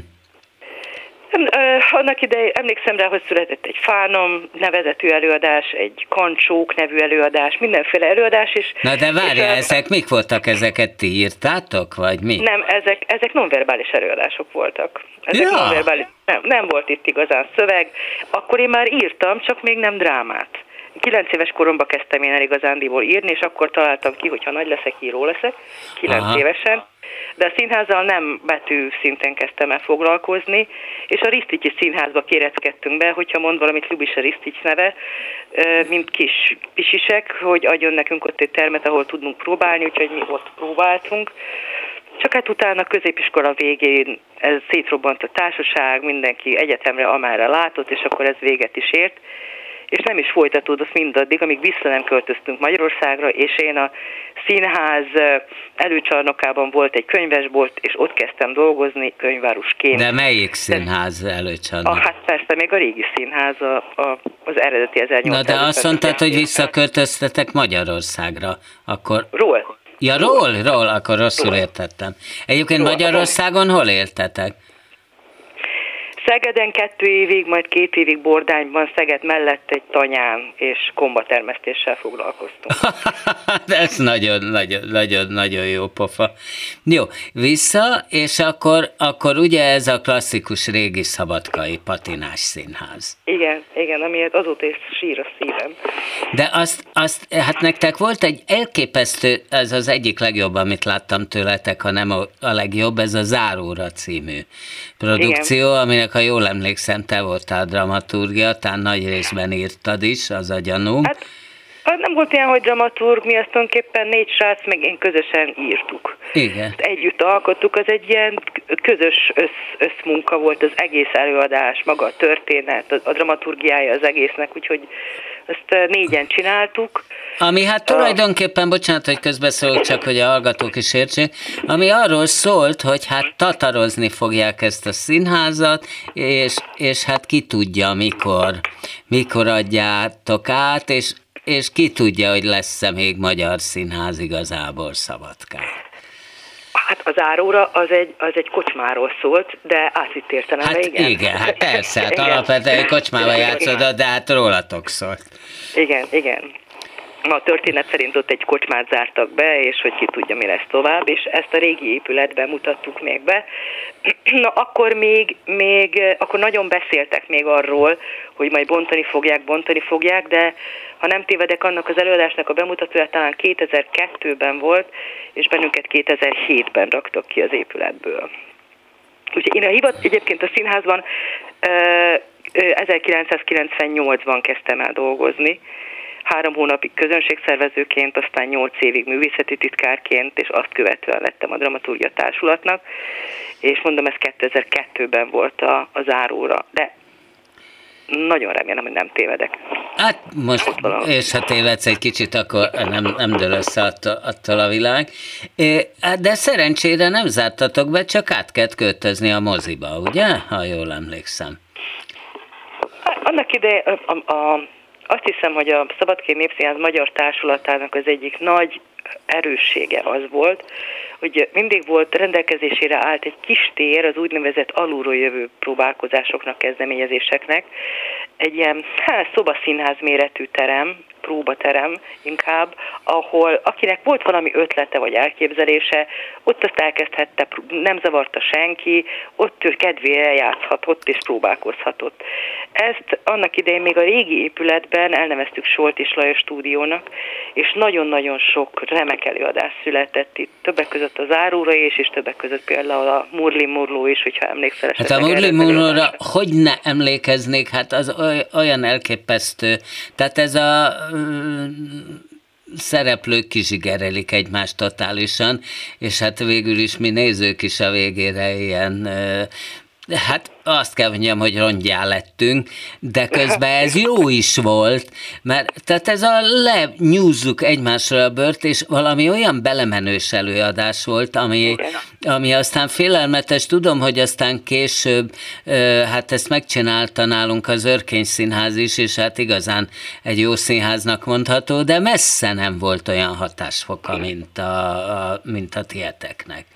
S4: Annak idején emlékszem rá, hogy született egy Fánom nevezetű előadás, egy Kancsók nevű előadás, mindenféle előadás is.
S2: Na de várjál, ezek mik voltak? Ezeket ti írtátok, vagy mi?
S4: Nem, ezek nonverbális előadások voltak. Ezek nonverbális, nem volt itt igazán szöveg. Akkor én már írtam, csak még nem drámát. 9 éves koromban kezdtem én el igazándiból írni, és akkor találtam ki, hogy ha nagy leszek, író leszek, 9 évesen. De a színházzal nem betű szinten kezdtem el foglalkozni, és a Riszticsi Színházba kéreckedtünk be, hogyha mond valamit Ljubisa Risztics neve, mint kis pisisek, hogy adjon nekünk ott egy termet, ahol tudunk próbálni, úgyhogy mi ott próbáltunk. Csak hát utána középiskola végén ez szétrobbant a társaság, mindenki egyetemre amerre látott, és akkor ez véget is ért. És nem is folytatódott mindaddig, amíg vissza nem költöztünk Magyarországra, és én a színház előcsarnokában volt egy könyvesbolt, és ott kezdtem dolgozni könyvárusként.
S2: De melyik színház előcsarnok?
S4: Hát persze, még a régi színház, az eredeti 1850.
S2: Na de azt mondtad, hogy visszaköltöztetek Magyarországra, akkor...
S4: Ról.
S2: Ja, ról, akkor rosszul értettem. Egyébként Magyarországon hol éltetek?
S4: Szegeden 2 évig, majd 2 évig Bordányban, Szeged mellett egy tanyán és kombatermesztéssel foglalkoztunk.
S2: Ez nagyon jó pofa. Jó, vissza, és akkor ugye ez a klasszikus régi szabadkai patinás színház.
S4: Igen, amiért azóta is sír a szívem.
S2: De hát nektek volt egy elképesztő, ez az egyik legjobb, amit láttam tőletek, ha nem a legjobb, ez a Záróra című produkció, igen. Aminek, ha jól emlékszem, te voltál dramaturgia, talán nagy részben írtad is, az a gyanúm. Hát
S4: nem volt ilyen, hogy dramaturg, mi azt tulajdonképpen 4 srác, meg én közösen írtuk.
S2: Igen.
S4: Együtt alkottuk, az egy ilyen közös összmunka volt az egész előadás, maga a történet, a dramaturgiája az egésznek, úgyhogy ezt 4-en csináltuk.
S2: Ami hát tulajdonképpen, bocsánat, hogy közbeszólok, csak hogy a hallgatók is értsék, ami arról szólt, hogy hát tatarozni fogják ezt a színházat, és hát ki tudja, mikor adjátok át, és ki tudja, hogy lesz-e még magyar színház igazából Szabadkán.
S4: Hát az Záróra az egy kocsmáról szólt, de átvitt értelemben,
S2: hát igen, hát persze, hát alapvetően kocsmában játszódott, de hát rólatok szólt.
S4: Igen. A történet szerint ott egy kocsmát zártak be, és hogy ki tudja, mi lesz tovább, és ezt a régi épületben mutattuk még be. Na, akkor akkor nagyon beszéltek még arról, hogy majd bontani fogják, de ha nem tévedek, annak az előadásnak a bemutatója talán 2002-ben volt, és bennünket 2007-ben raktak ki az épületből. Úgyhogy én egyébként a színházban 1998-ban kezdtem el dolgozni, 3 hónapig közönségszervezőként, aztán 8 évig művészeti titkárként, és azt követően lettem a Dramaturgia Társulatnak, és mondom, ez 2002-ben volt a Záróra, de nagyon remélem, hogy nem tévedek.
S2: Hát most, és ha tévedsz egy kicsit, akkor nem dől össze attól a világ. De szerencsére nem zártatok be, csak át kellett költözni a moziba, ugye? Ha jól emlékszem.
S4: Annak idején azt hiszem, hogy a Szabadkai Népszínház Magyar Társulatának az egyik nagy erőssége az volt, hogy mindig volt rendelkezésére állt egy kis tér az úgynevezett alulról jövő próbálkozásoknak, kezdeményezéseknek, egy ilyen szobaszínház méretű terem, próbaterem inkább, ahol akinek volt valami ötlete vagy elképzelése, ott azt elkezdhette, nem zavarta senki, ott ő kedvére játszhatott és próbálkozhatott. Ezt annak idején még a régi épületben elneveztük Soltis Lajos stúdiónak, és nagyon-nagyon sok remek előadás született itt, többek között a Záróra és többek között például a Murli Murló is, hogyha emlékszel.
S2: Hát a Murli Murlóra hogy ne emlékeznék, hát az olyan elképesztő. Tehát ez a szereplők kizsigerelik egymást totálisan, és hát végül is mi nézők is a végére ilyen, hát azt kell mondjam, hogy rongyá lettünk, de közben ez jó is volt, mert tehát ez a lenyúzzuk egymásra a bört, és valami olyan belemenős előadás volt, ami aztán félelmetes. Tudom, hogy aztán később hát ezt megcsinálta nálunk az Örkény Színház is, és hát igazán egy jó színháznak mondható, de messze nem volt olyan hatásfoka, mint a tieteknek.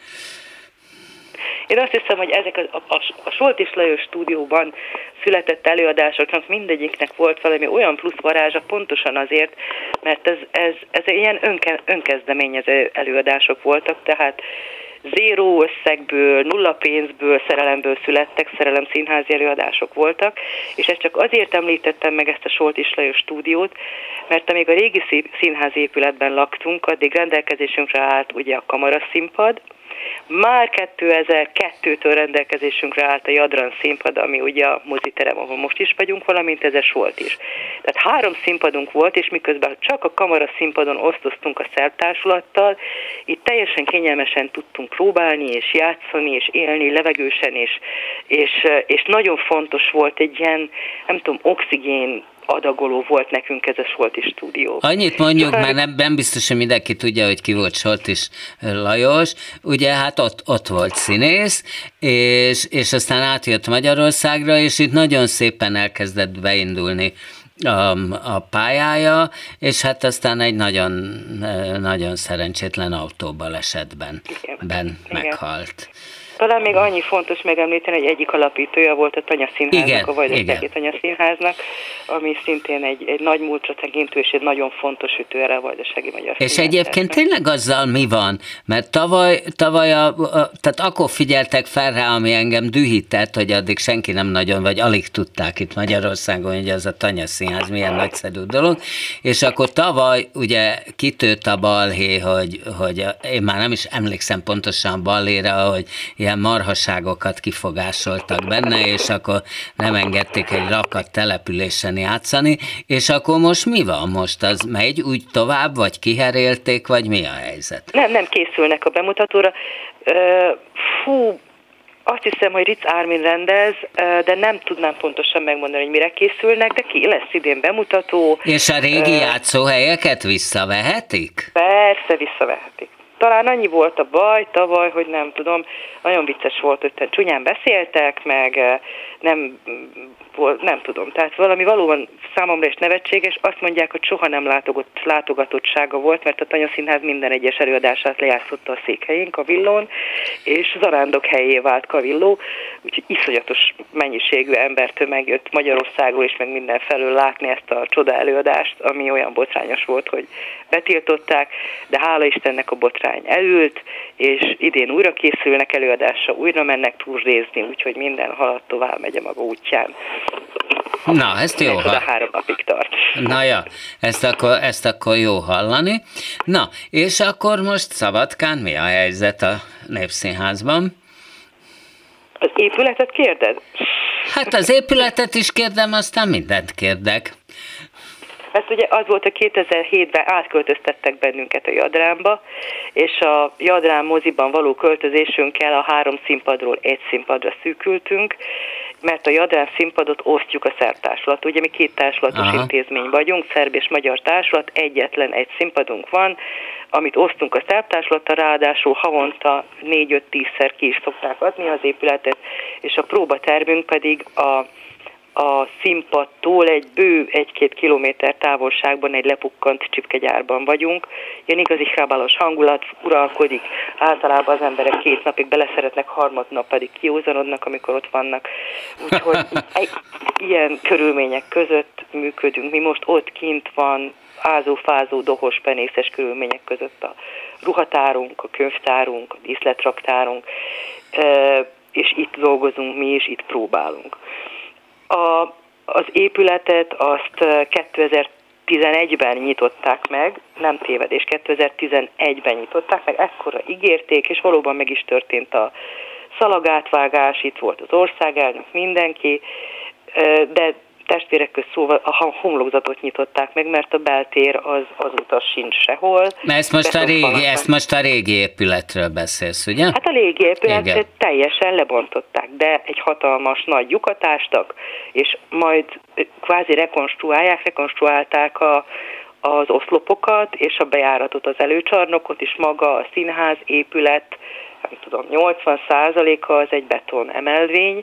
S4: Én azt hiszem, hogy ezek a Soltis Lajos stúdióban született előadásoknak mindegyiknek volt valami olyan plusz varázsa pontosan azért, mert ez ilyen önkezdeményező előadások voltak, tehát zéró összegből, nulla pénzből, szerelemből születtek, szerelem színházi előadások voltak, és ezt csak azért említettem meg ezt a Soltis Lajos stúdiót, mert amíg a régi színházi épületben laktunk, addig rendelkezésünkre állt ugye a kamaraszínpad. Már 2002-től rendelkezésünkre állt a Jadran színpad, ami ugye a moziterem, ahol most is vagyunk, valamint ez a Solt is. Tehát 3 színpadunk volt, és miközben csak a kamara színpadon osztoztunk a szerbtársulattal, itt teljesen kényelmesen tudtunk próbálni, és játszani, és élni levegősen, és nagyon fontos volt egy ilyen, nem tudom, oxigén adagoló volt nekünk ez a Soltis stúdió.
S2: Annyit mondjuk, mert nem biztos, hogy mindenki tudja, hogy ki volt Soltis Lajos. Ugye hát ott volt színész, és aztán átjött Magyarországra, és itt nagyon szépen elkezdett beindulni a pályája, és hát aztán egy nagyon, nagyon szerencsétlen autóbalesetben meghalt.
S4: Talán még annyi fontos megemlíteni, hogy egyik alapítója volt a Tanya Színháznak, a Vajdasági Tanya Színháznak, ami szintén egy nagy múltra tekintő és egy nagyon fontos ütő erre a Vajdasági Magyar Színház.
S2: És egyébként tényleg azzal mi van? Mert tavaly tehát akkor figyeltek fel rá, ami engem dühített, hogy addig senki nem nagyon, vagy alig tudták itt Magyarországon, hogy az a Tanya Színház milyen nagyszerű dolog, és akkor tavaly ugye kitőtt a balhé, hogy én már nem is emlékszem pontosan balhéra, hogy ilyen marhaságokat kifogásoltak benne, és akkor nem engedték egy rakat településen játszani, és akkor most mi van most? Az megy úgy tovább, vagy kiherélték, vagy mi a helyzet?
S4: Nem készülnek a bemutatóra. Azt hiszem, hogy Ritz Ármin rendez, de nem tudnám pontosan megmondani, hogy mire készülnek, de ki lesz idén bemutató.
S2: És a régi játszóhelyeket visszavehetik?
S4: Persze, visszavehetik. Talán annyi volt a baj tavaly, hogy nem tudom, nagyon vicces volt, hogy csúnyán beszéltek, meg nem tudom. Tehát valami valóban számomra is nevetséges, azt mondják, hogy soha nem látogatottsága volt, mert a Tanya Színház minden egyes előadását lejátszotta a székhelyén, Kavillón, és zarándok helyé vált Kavilló, úgyhogy iszonyatos mennyiségű embertömeg jött Magyarországról is, meg mindenfelől látni ezt a csoda előadást, ami olyan botrányos volt, hogy betiltották, de hála Istennek a botrány elült, és idén újra készülnek előadásra, újra mennek turnézni, úgyhogy minden halad tovább, megy a maga útján.
S2: Na, ezt jó hallani.
S4: 3 napig tart.
S2: Na ja, ezt akkor jó hallani. Na, és akkor most Szabadkán mi a helyzet a Népszínházban?
S4: Az épületet kérded?
S2: Hát az épületet is kérdem, aztán mindent kérdek.
S4: Ezt ugye az volt, hogy 2007-ben átköltöztettek bennünket a Jadránba, és a Jadrán moziban való költözésünkkel a 3 színpadról 1 színpadra szűkültünk, mert a Jadrán színpadot osztjuk a szerb társulat. Ugye mi 2 társulatos intézmény vagyunk, szerb és magyar társulat, egyetlen egy színpadunk van, amit osztunk a szerb társulattal, ráadásul havonta 4-5-10-szer ki is szokták adni az épületet, és a próbatermünk pedig a színpadtól egy bő 1-2 kilométer távolságban egy lepukkant csipkegyárban vagyunk. Ilyen igazi hábalos hangulat uralkodik. Általában az emberek 2 napig beleszeretnek, harmadnap pedig kiózanodnak, amikor ott vannak. Úgyhogy ilyen körülmények között működünk. Mi most ott kint van, ázó-fázó, dohos, penészes körülmények között a ruhatárunk, a könyvtárunk, a díszletraktárunk, és itt dolgozunk mi is, itt próbálunk. Az épületet azt 2011-ben nyitották meg, nem tévedés, 2011-ben nyitották meg, ekkora ígérték, és valóban meg is történt a szalagátvágás, itt volt az országelnök, mindenki, de testvérek közt szóval a homlokzatot nyitották meg, mert a beltér az azóta sincs sehol.
S2: Ezt most a régi épületről beszélsz, ugye?
S4: Hát a régi épületet teljesen lebontották, de egy hatalmas nagy lyukat ástak, és majd kvázi rekonstruálták az oszlopokat és a bejáratot, az előcsarnokot, és maga a színház épület, nem tudom, 80%-a az egy beton emelvény,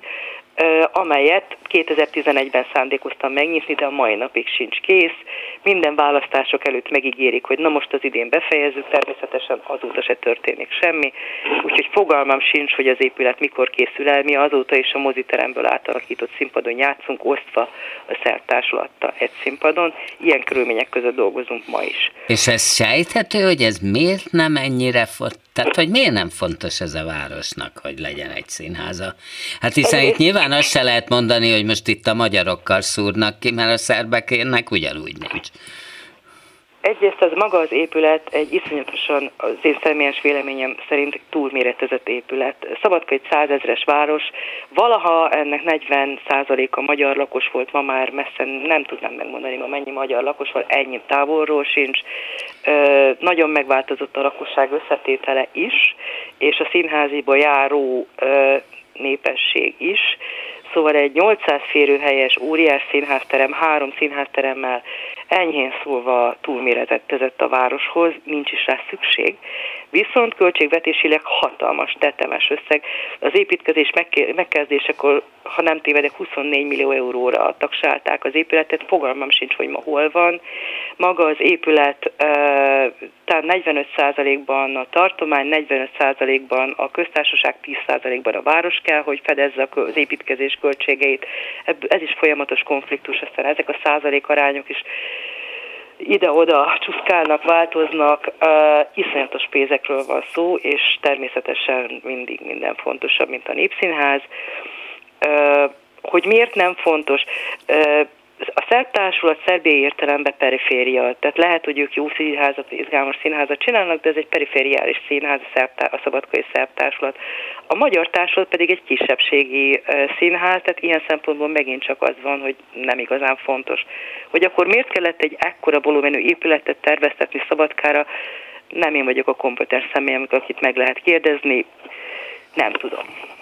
S4: amelyet 2011-ben szándékoztam megnyitni, de a mai napig sincs kész. Minden választások előtt megígérik, hogy na most az idén befejezzük, természetesen azóta se történik semmi, úgyhogy fogalmam sincs, hogy az épület mikor készül el. Mi azóta is a moziteremből átalakított színpadon játszunk, osztva a szertársulattal egy színpadon. Ilyen körülmények között dolgozunk ma is.
S2: És ez sejthető, hogy ez miért nem ennyire tehát, hogy miért nem fontos ez a városnak, hogy legyen egy színháza? Hát hiszen itt nyilván azt se lehet mondani, hogy most itt a magyarokkal szúrnak ki, mert a szerbekének ugyanúgy nincs.
S4: Egyrészt ez maga az épület egy iszonyatosan, az én személyes véleményem szerint túlméretezett épület. Szabadka egy 100 000-es város, valaha ennek 40%-a magyar lakos volt, ma már messze nem tudnám megmondani, ma mennyi magyar lakos van, ennyi távolról sincs. Nagyon megváltozott a lakosság összetétele is, és a színháziba járó népesség is. Szóval egy 800 férőhelyes óriás színházterem, 3 színházteremmel enyhén szólva túlméretezett a városhoz, nincs is rá szükség. Viszont költségvetésileg hatalmas, tetemes összeg. Az építkezés megkezdésekor, ha nem tévedek, 24 millió euróra taksálták az épületet, fogalmam sincs, hogy ma hol van. Maga az épület talán 45%-ban a tartomány, 45%-ban a köztársaság, 10%-ban a város kell, hogy fedezze az építkezés költségeit. Ez is folyamatos konfliktus, aztán ezek a százalék arányok is ide-oda csúszkálnak, változnak, iszonyatos pénzekről van szó, és természetesen mindig minden fontosabb, mint a Népszínház. Hogy miért nem fontos? A szertársulat szerbiai értelemben periféria, tehát lehet, hogy ők jó színházat, izgalmas színházat csinálnak, de ez egy perifériális színház, a szabadkai szertársulat. A magyar társulat pedig egy kisebbségi színház, tehát ilyen szempontból megint csak az van, hogy nem igazán fontos. Hogy akkor miért kellett egy ekkora volumenű épületet terveztetni Szabadkára, nem én vagyok a kompetens személy, akit meg lehet kérdezni, nem tudom.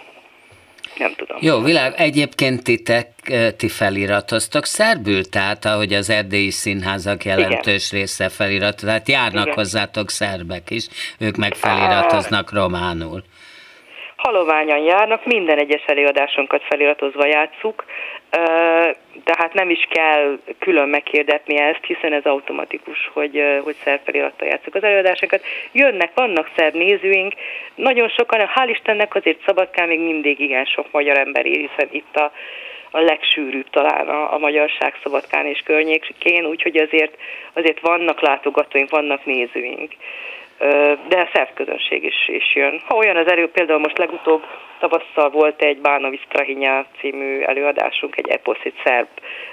S2: Jó, világ. Egyébként ti feliratoztok szerbül, tehát ahogy az erdélyi színházak jelentős része felirat, tehát járnak hozzátok szerbek is, ők meg feliratoznak románul.
S4: Haloványan járnak, minden egyes előadásunkat feliratozva játsszuk, tehát nem is kell külön meghirdetni ezt, hiszen ez automatikus, hogy szerb felirattal játsszuk az előadásokat. Jönnek, vannak szerb nézőink, nagyon sokan, hál' Istennek azért Szabadkán még mindig igen sok magyar ember él, hiszen itt a legsűrűbb talán a magyarság Szabadkán és környékén, úgyhogy azért vannak látogatóink, vannak nézőink. De a szerb közönség is jön. Ha olyan az például most legutóbb tavasszal volt egy Bánovic Strahinja című előadásunk, egy eposz, egy szerb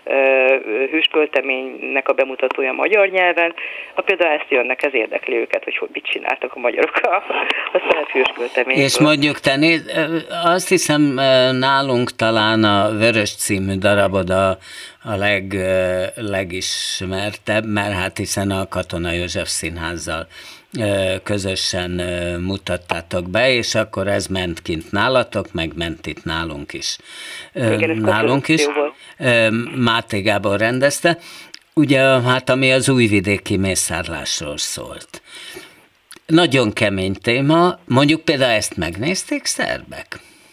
S4: hőskölteménynek a bemutatója magyar nyelven. Ha például ezt jönnek, ez érdekli őket, hogy mit csináltak a magyarok a szerb hőskölteményből.
S2: És mondjuk te azt hiszem nálunk talán a Vörös című darabod a legismertebb, mert hát hiszen a Katona József Színházzal közösen mutattátok be, és akkor ez ment kint nálatok, meg ment itt nálunk is. Nálunk is. Máté Gábor rendezte. Ugye, hát ami az újvidéki mészárlásról szólt. Nagyon kemény téma. Mondjuk például ezt megnézték szerbek?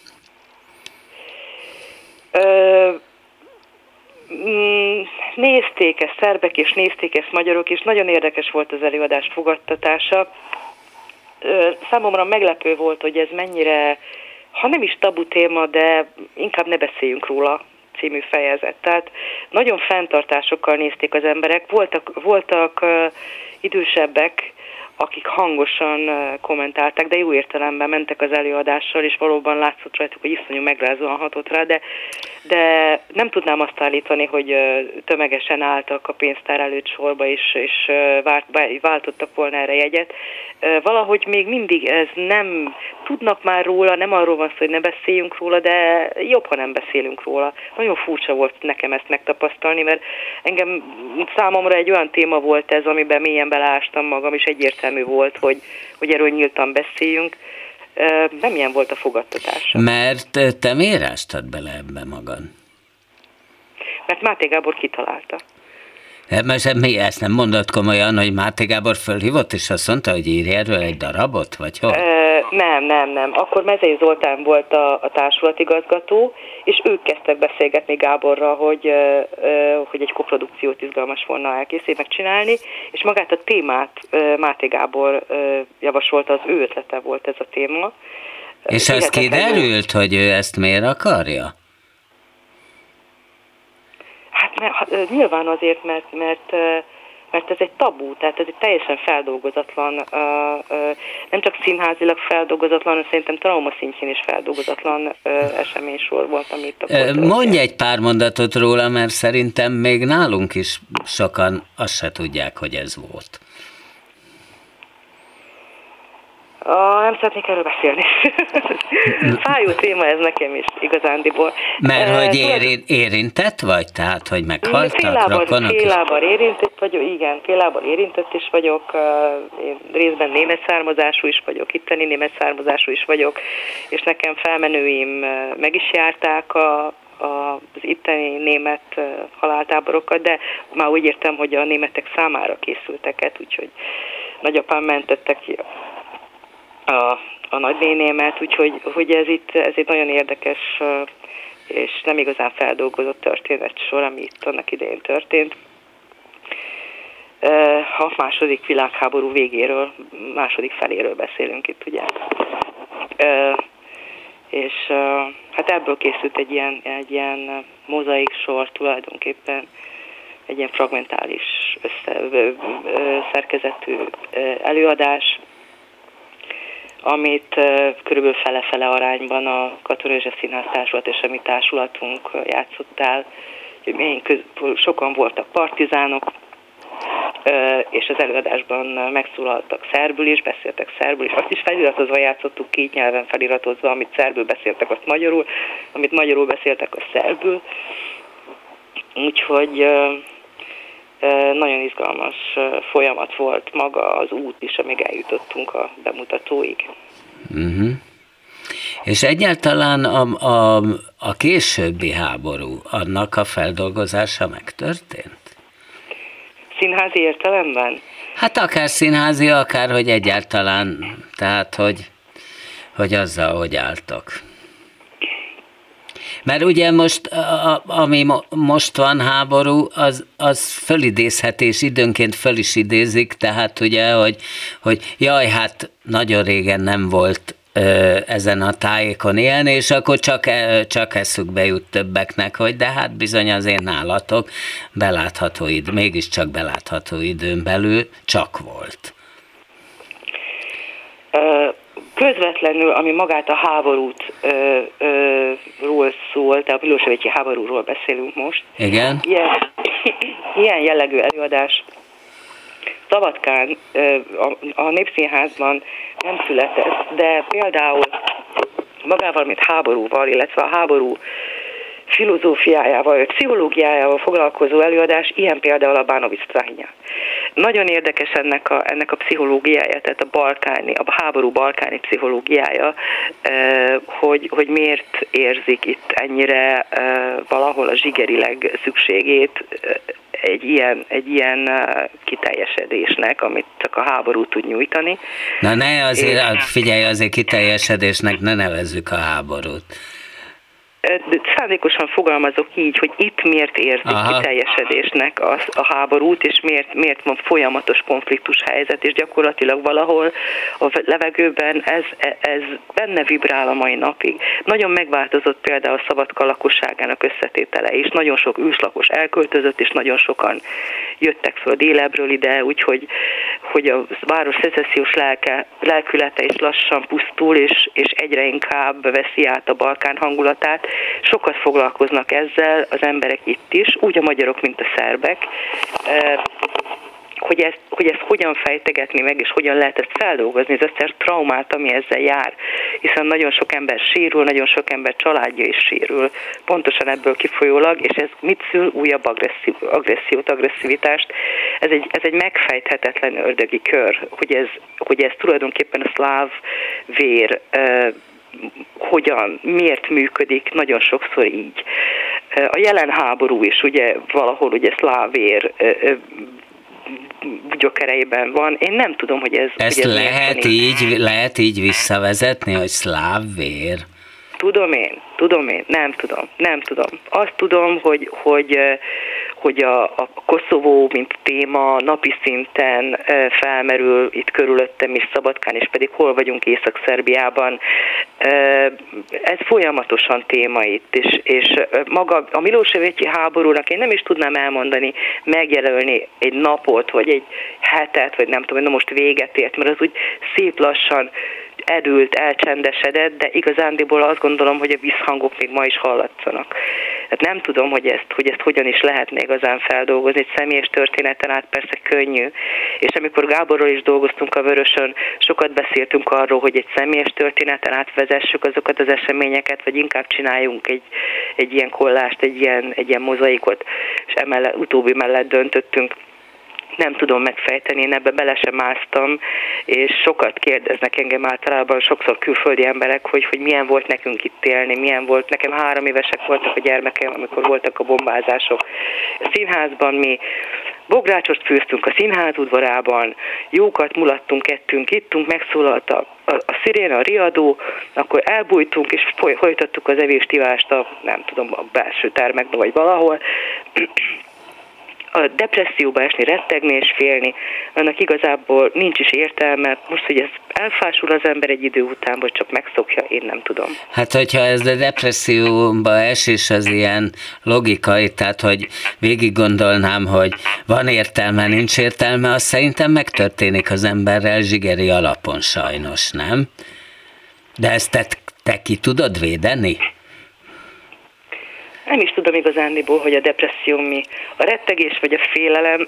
S4: Nézték ezt szerbek, és nézték ezt magyarok, és nagyon érdekes volt az előadás fogadtatása. Számomra meglepő volt, hogy ez mennyire, ha nem is tabu téma, de inkább ne beszéljünk róla című fejezet. Tehát nagyon fenntartásokkal nézték az emberek. Voltak idősebbek, akik hangosan kommentálták, de jó értelemben mentek az előadással, és valóban látszott rajtuk, hogy iszonyú megrázóan hatott rá, de de nem azt állítani, hogy tömegesen álltak a pénztár előtt sorba, és váltottak volna erre jegyet. Valahogy még mindig ez nem tudnak már róla, nem arról van szó, hogy ne beszéljünk róla, de jobb, ha nem beszélünk róla. Nagyon furcsa volt nekem ezt megtapasztalni, mert számomra egy olyan téma volt ez, amiben mélyen beleástam magam, és egyértelmű volt, hogy erről nyíltan beszéljünk. Nem ilyen volt a fogadtatása.
S2: Mert te miért ástad bele ebbe magad?
S4: Mert Máté Gábor kitalálta.
S2: Most mi ezt nem mondod komolyan, hogy Máté Gábor fölhívott, és azt mondta, hogy írj erről egy darabot, vagy hol?
S4: Nem. Akkor Mezei Zoltán volt a társulatigazgató, és ők kezdtek beszélgetni Gáborral, hogy egy koprodukciót izgalmas volna elkészíteni, megcsinálni, és magát a témát Máté Gábor javasolta, az ő ötlete volt ez a téma.
S2: És az kiderült, hogy ő ezt miért akarja?
S4: Hát nyilván azért, mert ez egy tabú, tehát ez egy teljesen feldolgozatlan, nem csak színházilag feldolgozatlan, hanem szerintem trauma szintjén is feldolgozatlan eseménysor volt, amit a
S2: Mondj egy pár mondatot róla, mert szerintem még nálunk is sokan azt se tudják, hogy ez volt.
S4: Nem szeretnék erről beszélni. Fájó téma ez nekem is, igazándiból.
S2: Mert hogy érintett vagy? Tehát, hogy meghaltak rokonok?
S4: Félában érintett vagyok, igen, félában érintett is vagyok, én részben német származású is vagyok, itteni német származású is vagyok, és nekem felmenőim meg is járták az itteni német haláltáborokat, de már úgy értem, hogy a németek számára készülteket, úgyhogy nagyapám mentette ki a nagynénémet, úgyhogy ez egy nagyon érdekes és nem igazán feldolgozott történet sor, ami itt annak idején történt. A második világháború végéről, második feléről beszélünk itt, ugye. És hát ebből készült egy ilyen mozaik sor tulajdonképpen, egy ilyen fragmentális szerkezetű előadás, amit körülbelül fele-fele arányban a Katonai József Színház Társulat és a mi társulatunk játszott el. Sokan voltak partizánok, és az előadásban megszólaltak szerbül is, beszéltek szerbül is. Azt is feliratozva játszottuk, 2 nyelven feliratozva, amit szerbül beszéltek, azt magyarul, amit magyarul beszéltek, azt szerbül. Úgyhogy nagyon izgalmas folyamat volt maga az út is, amíg eljutottunk a bemutatóig.
S2: Uh-huh. És egyáltalán a későbbi háború, annak a feldolgozása megtörtént?
S4: Színházi értelemben?
S2: Hát akár színházi, akár hogy egyáltalán, tehát hogy azzal, hogy álltok. Mert ugye most, ami most van háború, az fölidézhet, és időnként föl is idézik, tehát ugye, hogy jaj, hát nagyon régen nem volt ezen a tájékon ilyen, és akkor csak eszükbe jut többeknek, hogy de hát bizony azért nálatok mégiscsak belátható időn belül csak volt.
S4: Közvetlenül, ami magát a háborúról szól, tehát a Milosevici háborúról beszélünk most.
S2: Igen.
S4: Ilyen jellegű előadás Szabadkán a Népszínházban nem született, de például magával, mint háborúval, illetve a háború filozófiájával, vagy pszichológiájával foglalkozó előadás, ilyen például a Bánovics Strahina. Nagyon érdekes ennek a pszichológiája, tehát a háború balkáni pszichológiája, hogy miért érzik itt ennyire valahol a zsigerileg szükségét egy ilyen kiteljesedésnek, amit csak a háború tud nyújtani.
S2: Na ne azért, figyelj, azért kiteljesedésnek ne nevezzük a háborút.
S4: Szándékosan fogalmazok így, hogy itt miért érzik kiteljesedésnek a háborút, és miért van folyamatos konfliktus helyzet, és gyakorlatilag valahol a levegőben ez benne vibrál a mai napig. Nagyon megváltozott például a Szabadka lakosságának összetétele is, nagyon sok őslakos elköltözött, és nagyon sokan jöttek föl délebről ide, úgyhogy a város szecessziós lelkülete is lassan pusztul, és egyre inkább veszi át a Balkán hangulatát. Sokat foglalkoznak ezzel az emberek itt is, úgy a magyarok, mint a szerbek, hogy ezt hogyan fejtegetni meg, és hogyan lehet ezt feldolgozni, az összes traumát, ami ezzel jár. Hiszen nagyon sok ember sérül, nagyon sok ember családja is sérül, pontosan ebből kifolyólag, és ez mit szül? Újabb agressziót, agresszivitást. Ez egy megfejthetetlen ördögi kör, hogy ez tulajdonképpen a szláv vér miért működik, nagyon sokszor így. A jelen háború is ugye valahol ugye szláv vér gyökereiben van. Én nem tudom, hogy ez...
S2: Ezt lehet így visszavezetni, hogy szláv vér?
S4: Tudom én, nem tudom. Azt tudom, hogy a Koszovó, mint téma napi szinten felmerül itt körülöttem is, Szabadkán, és pedig hol vagyunk Észak-Szerbiában. Ez folyamatosan téma itt, és maga a Milosevic háborúnak én nem is tudnám elmondani, megjelölni egy napot, vagy egy hetet, vagy nem tudom, most véget ért, mert az úgy szép lassan edült, elcsendesedett, de igazándiból azt gondolom, hogy a visszhangok még ma is hallatszanak. Hát nem tudom, hogy ezt hogyan is lehetne igazán feldolgozni. Egy személyes történeten át persze könnyű, és amikor Gáborról is dolgoztunk a Vörösön, sokat beszéltünk arról, hogy egy személyes történeten át vezessük azokat az eseményeket, vagy inkább csináljunk egy ilyen kollást, egy ilyen mozaikot, és utóbbi mellett döntöttünk. Nem tudom megfejteni, én ebbe bele sem másztam, és sokat kérdeznek engem általában, sokszor külföldi emberek, hogy milyen volt nekünk itt élni, milyen volt. Nekem 3 évesek voltak a gyermekeim, amikor voltak a bombázások. A színházban mi bográcsost főztünk a színház udvarában, jókat mulattunk, ettünk, ittunk, megszólalt a sziréna, a riadó, akkor elbújtunk, és folytattuk az evést-ivást a belső termekben, vagy valahol. A depresszióba esni, rettegni és félni, annak igazából nincs is értelme. Most, hogy ez elfásul az ember egy idő után, vagy csak megszokja, én nem tudom.
S2: Hát, hogyha ez a depresszióba esés az ilyen logikai, tehát, hogy végig gondolnám, hogy van értelme, nincs értelme, az szerintem megtörténik az emberrel zsigeri alapon sajnos, nem? De ezt te ki tudod védeni?
S4: Nem is tudom igazándiból, hogy a depresszió mi. A rettegés vagy a félelem,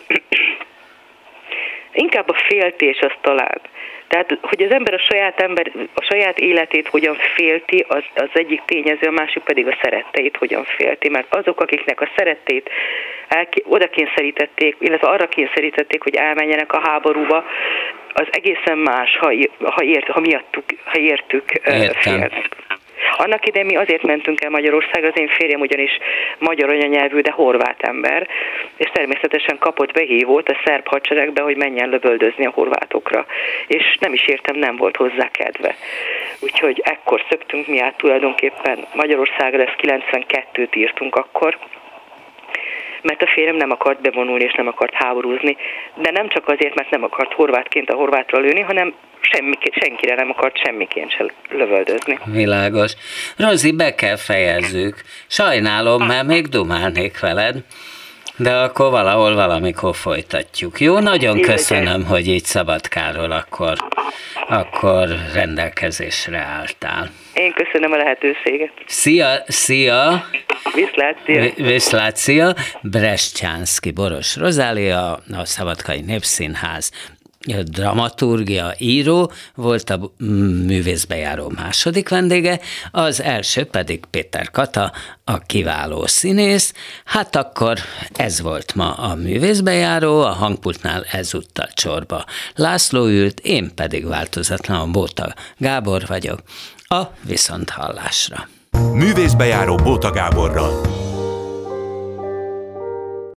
S4: inkább a féltés az talán. Tehát, hogy az ember a saját életét hogyan félti, az egyik tényező, a másik pedig a szeretteit hogyan félti. Mert azok, akiknek a szeretteit oda kényszerítették, illetve arra kényszerítették, hogy elmenjenek a háborúba, az egészen más, ha értük félnek. Annak idején mi azért mentünk el Magyarországra, az én férjem ugyanis magyar anyanyelvű, de horvát ember, és természetesen kapott behívót a szerb hadseregbe, hogy menjen lövöldözni a horvátokra. És nem is értem, nem volt hozzá kedve. Úgyhogy ekkor szöktünk mi át tulajdonképpen Magyarországra, ezt 92-t írtunk akkor, mert a férjem nem akart bevonulni, és nem akart háborúzni. De nem csak azért, mert nem akart horvátként a horvátra lőni, hanem senkire nem akart semmiként se lövöldözni.
S2: Világos. Rozi, be kell fejezzük. Sajnálom, mert még dumálnék veled, de akkor valamikor folytatjuk. Jó, nagyon köszönöm, hogy így Szabadkáról akkor rendelkezésre álltál.
S4: Én köszönöm a lehetőséget.
S2: Szia!
S4: Viszlát,
S2: szia! Brestjánszky Boros Rozália, a Szabadkai Népszínház dramaturgia író, volt a művészbejáró második vendége, az első pedig Péter Kata, a kiváló színész. Hát akkor ez volt ma a művészbejáró, a hangpultnál ezúttal Csorba László ült, én pedig változatlanul Bóta Gábor vagyok. A viszonthallásra.
S1: Művészbejáró Bóta Gáborral.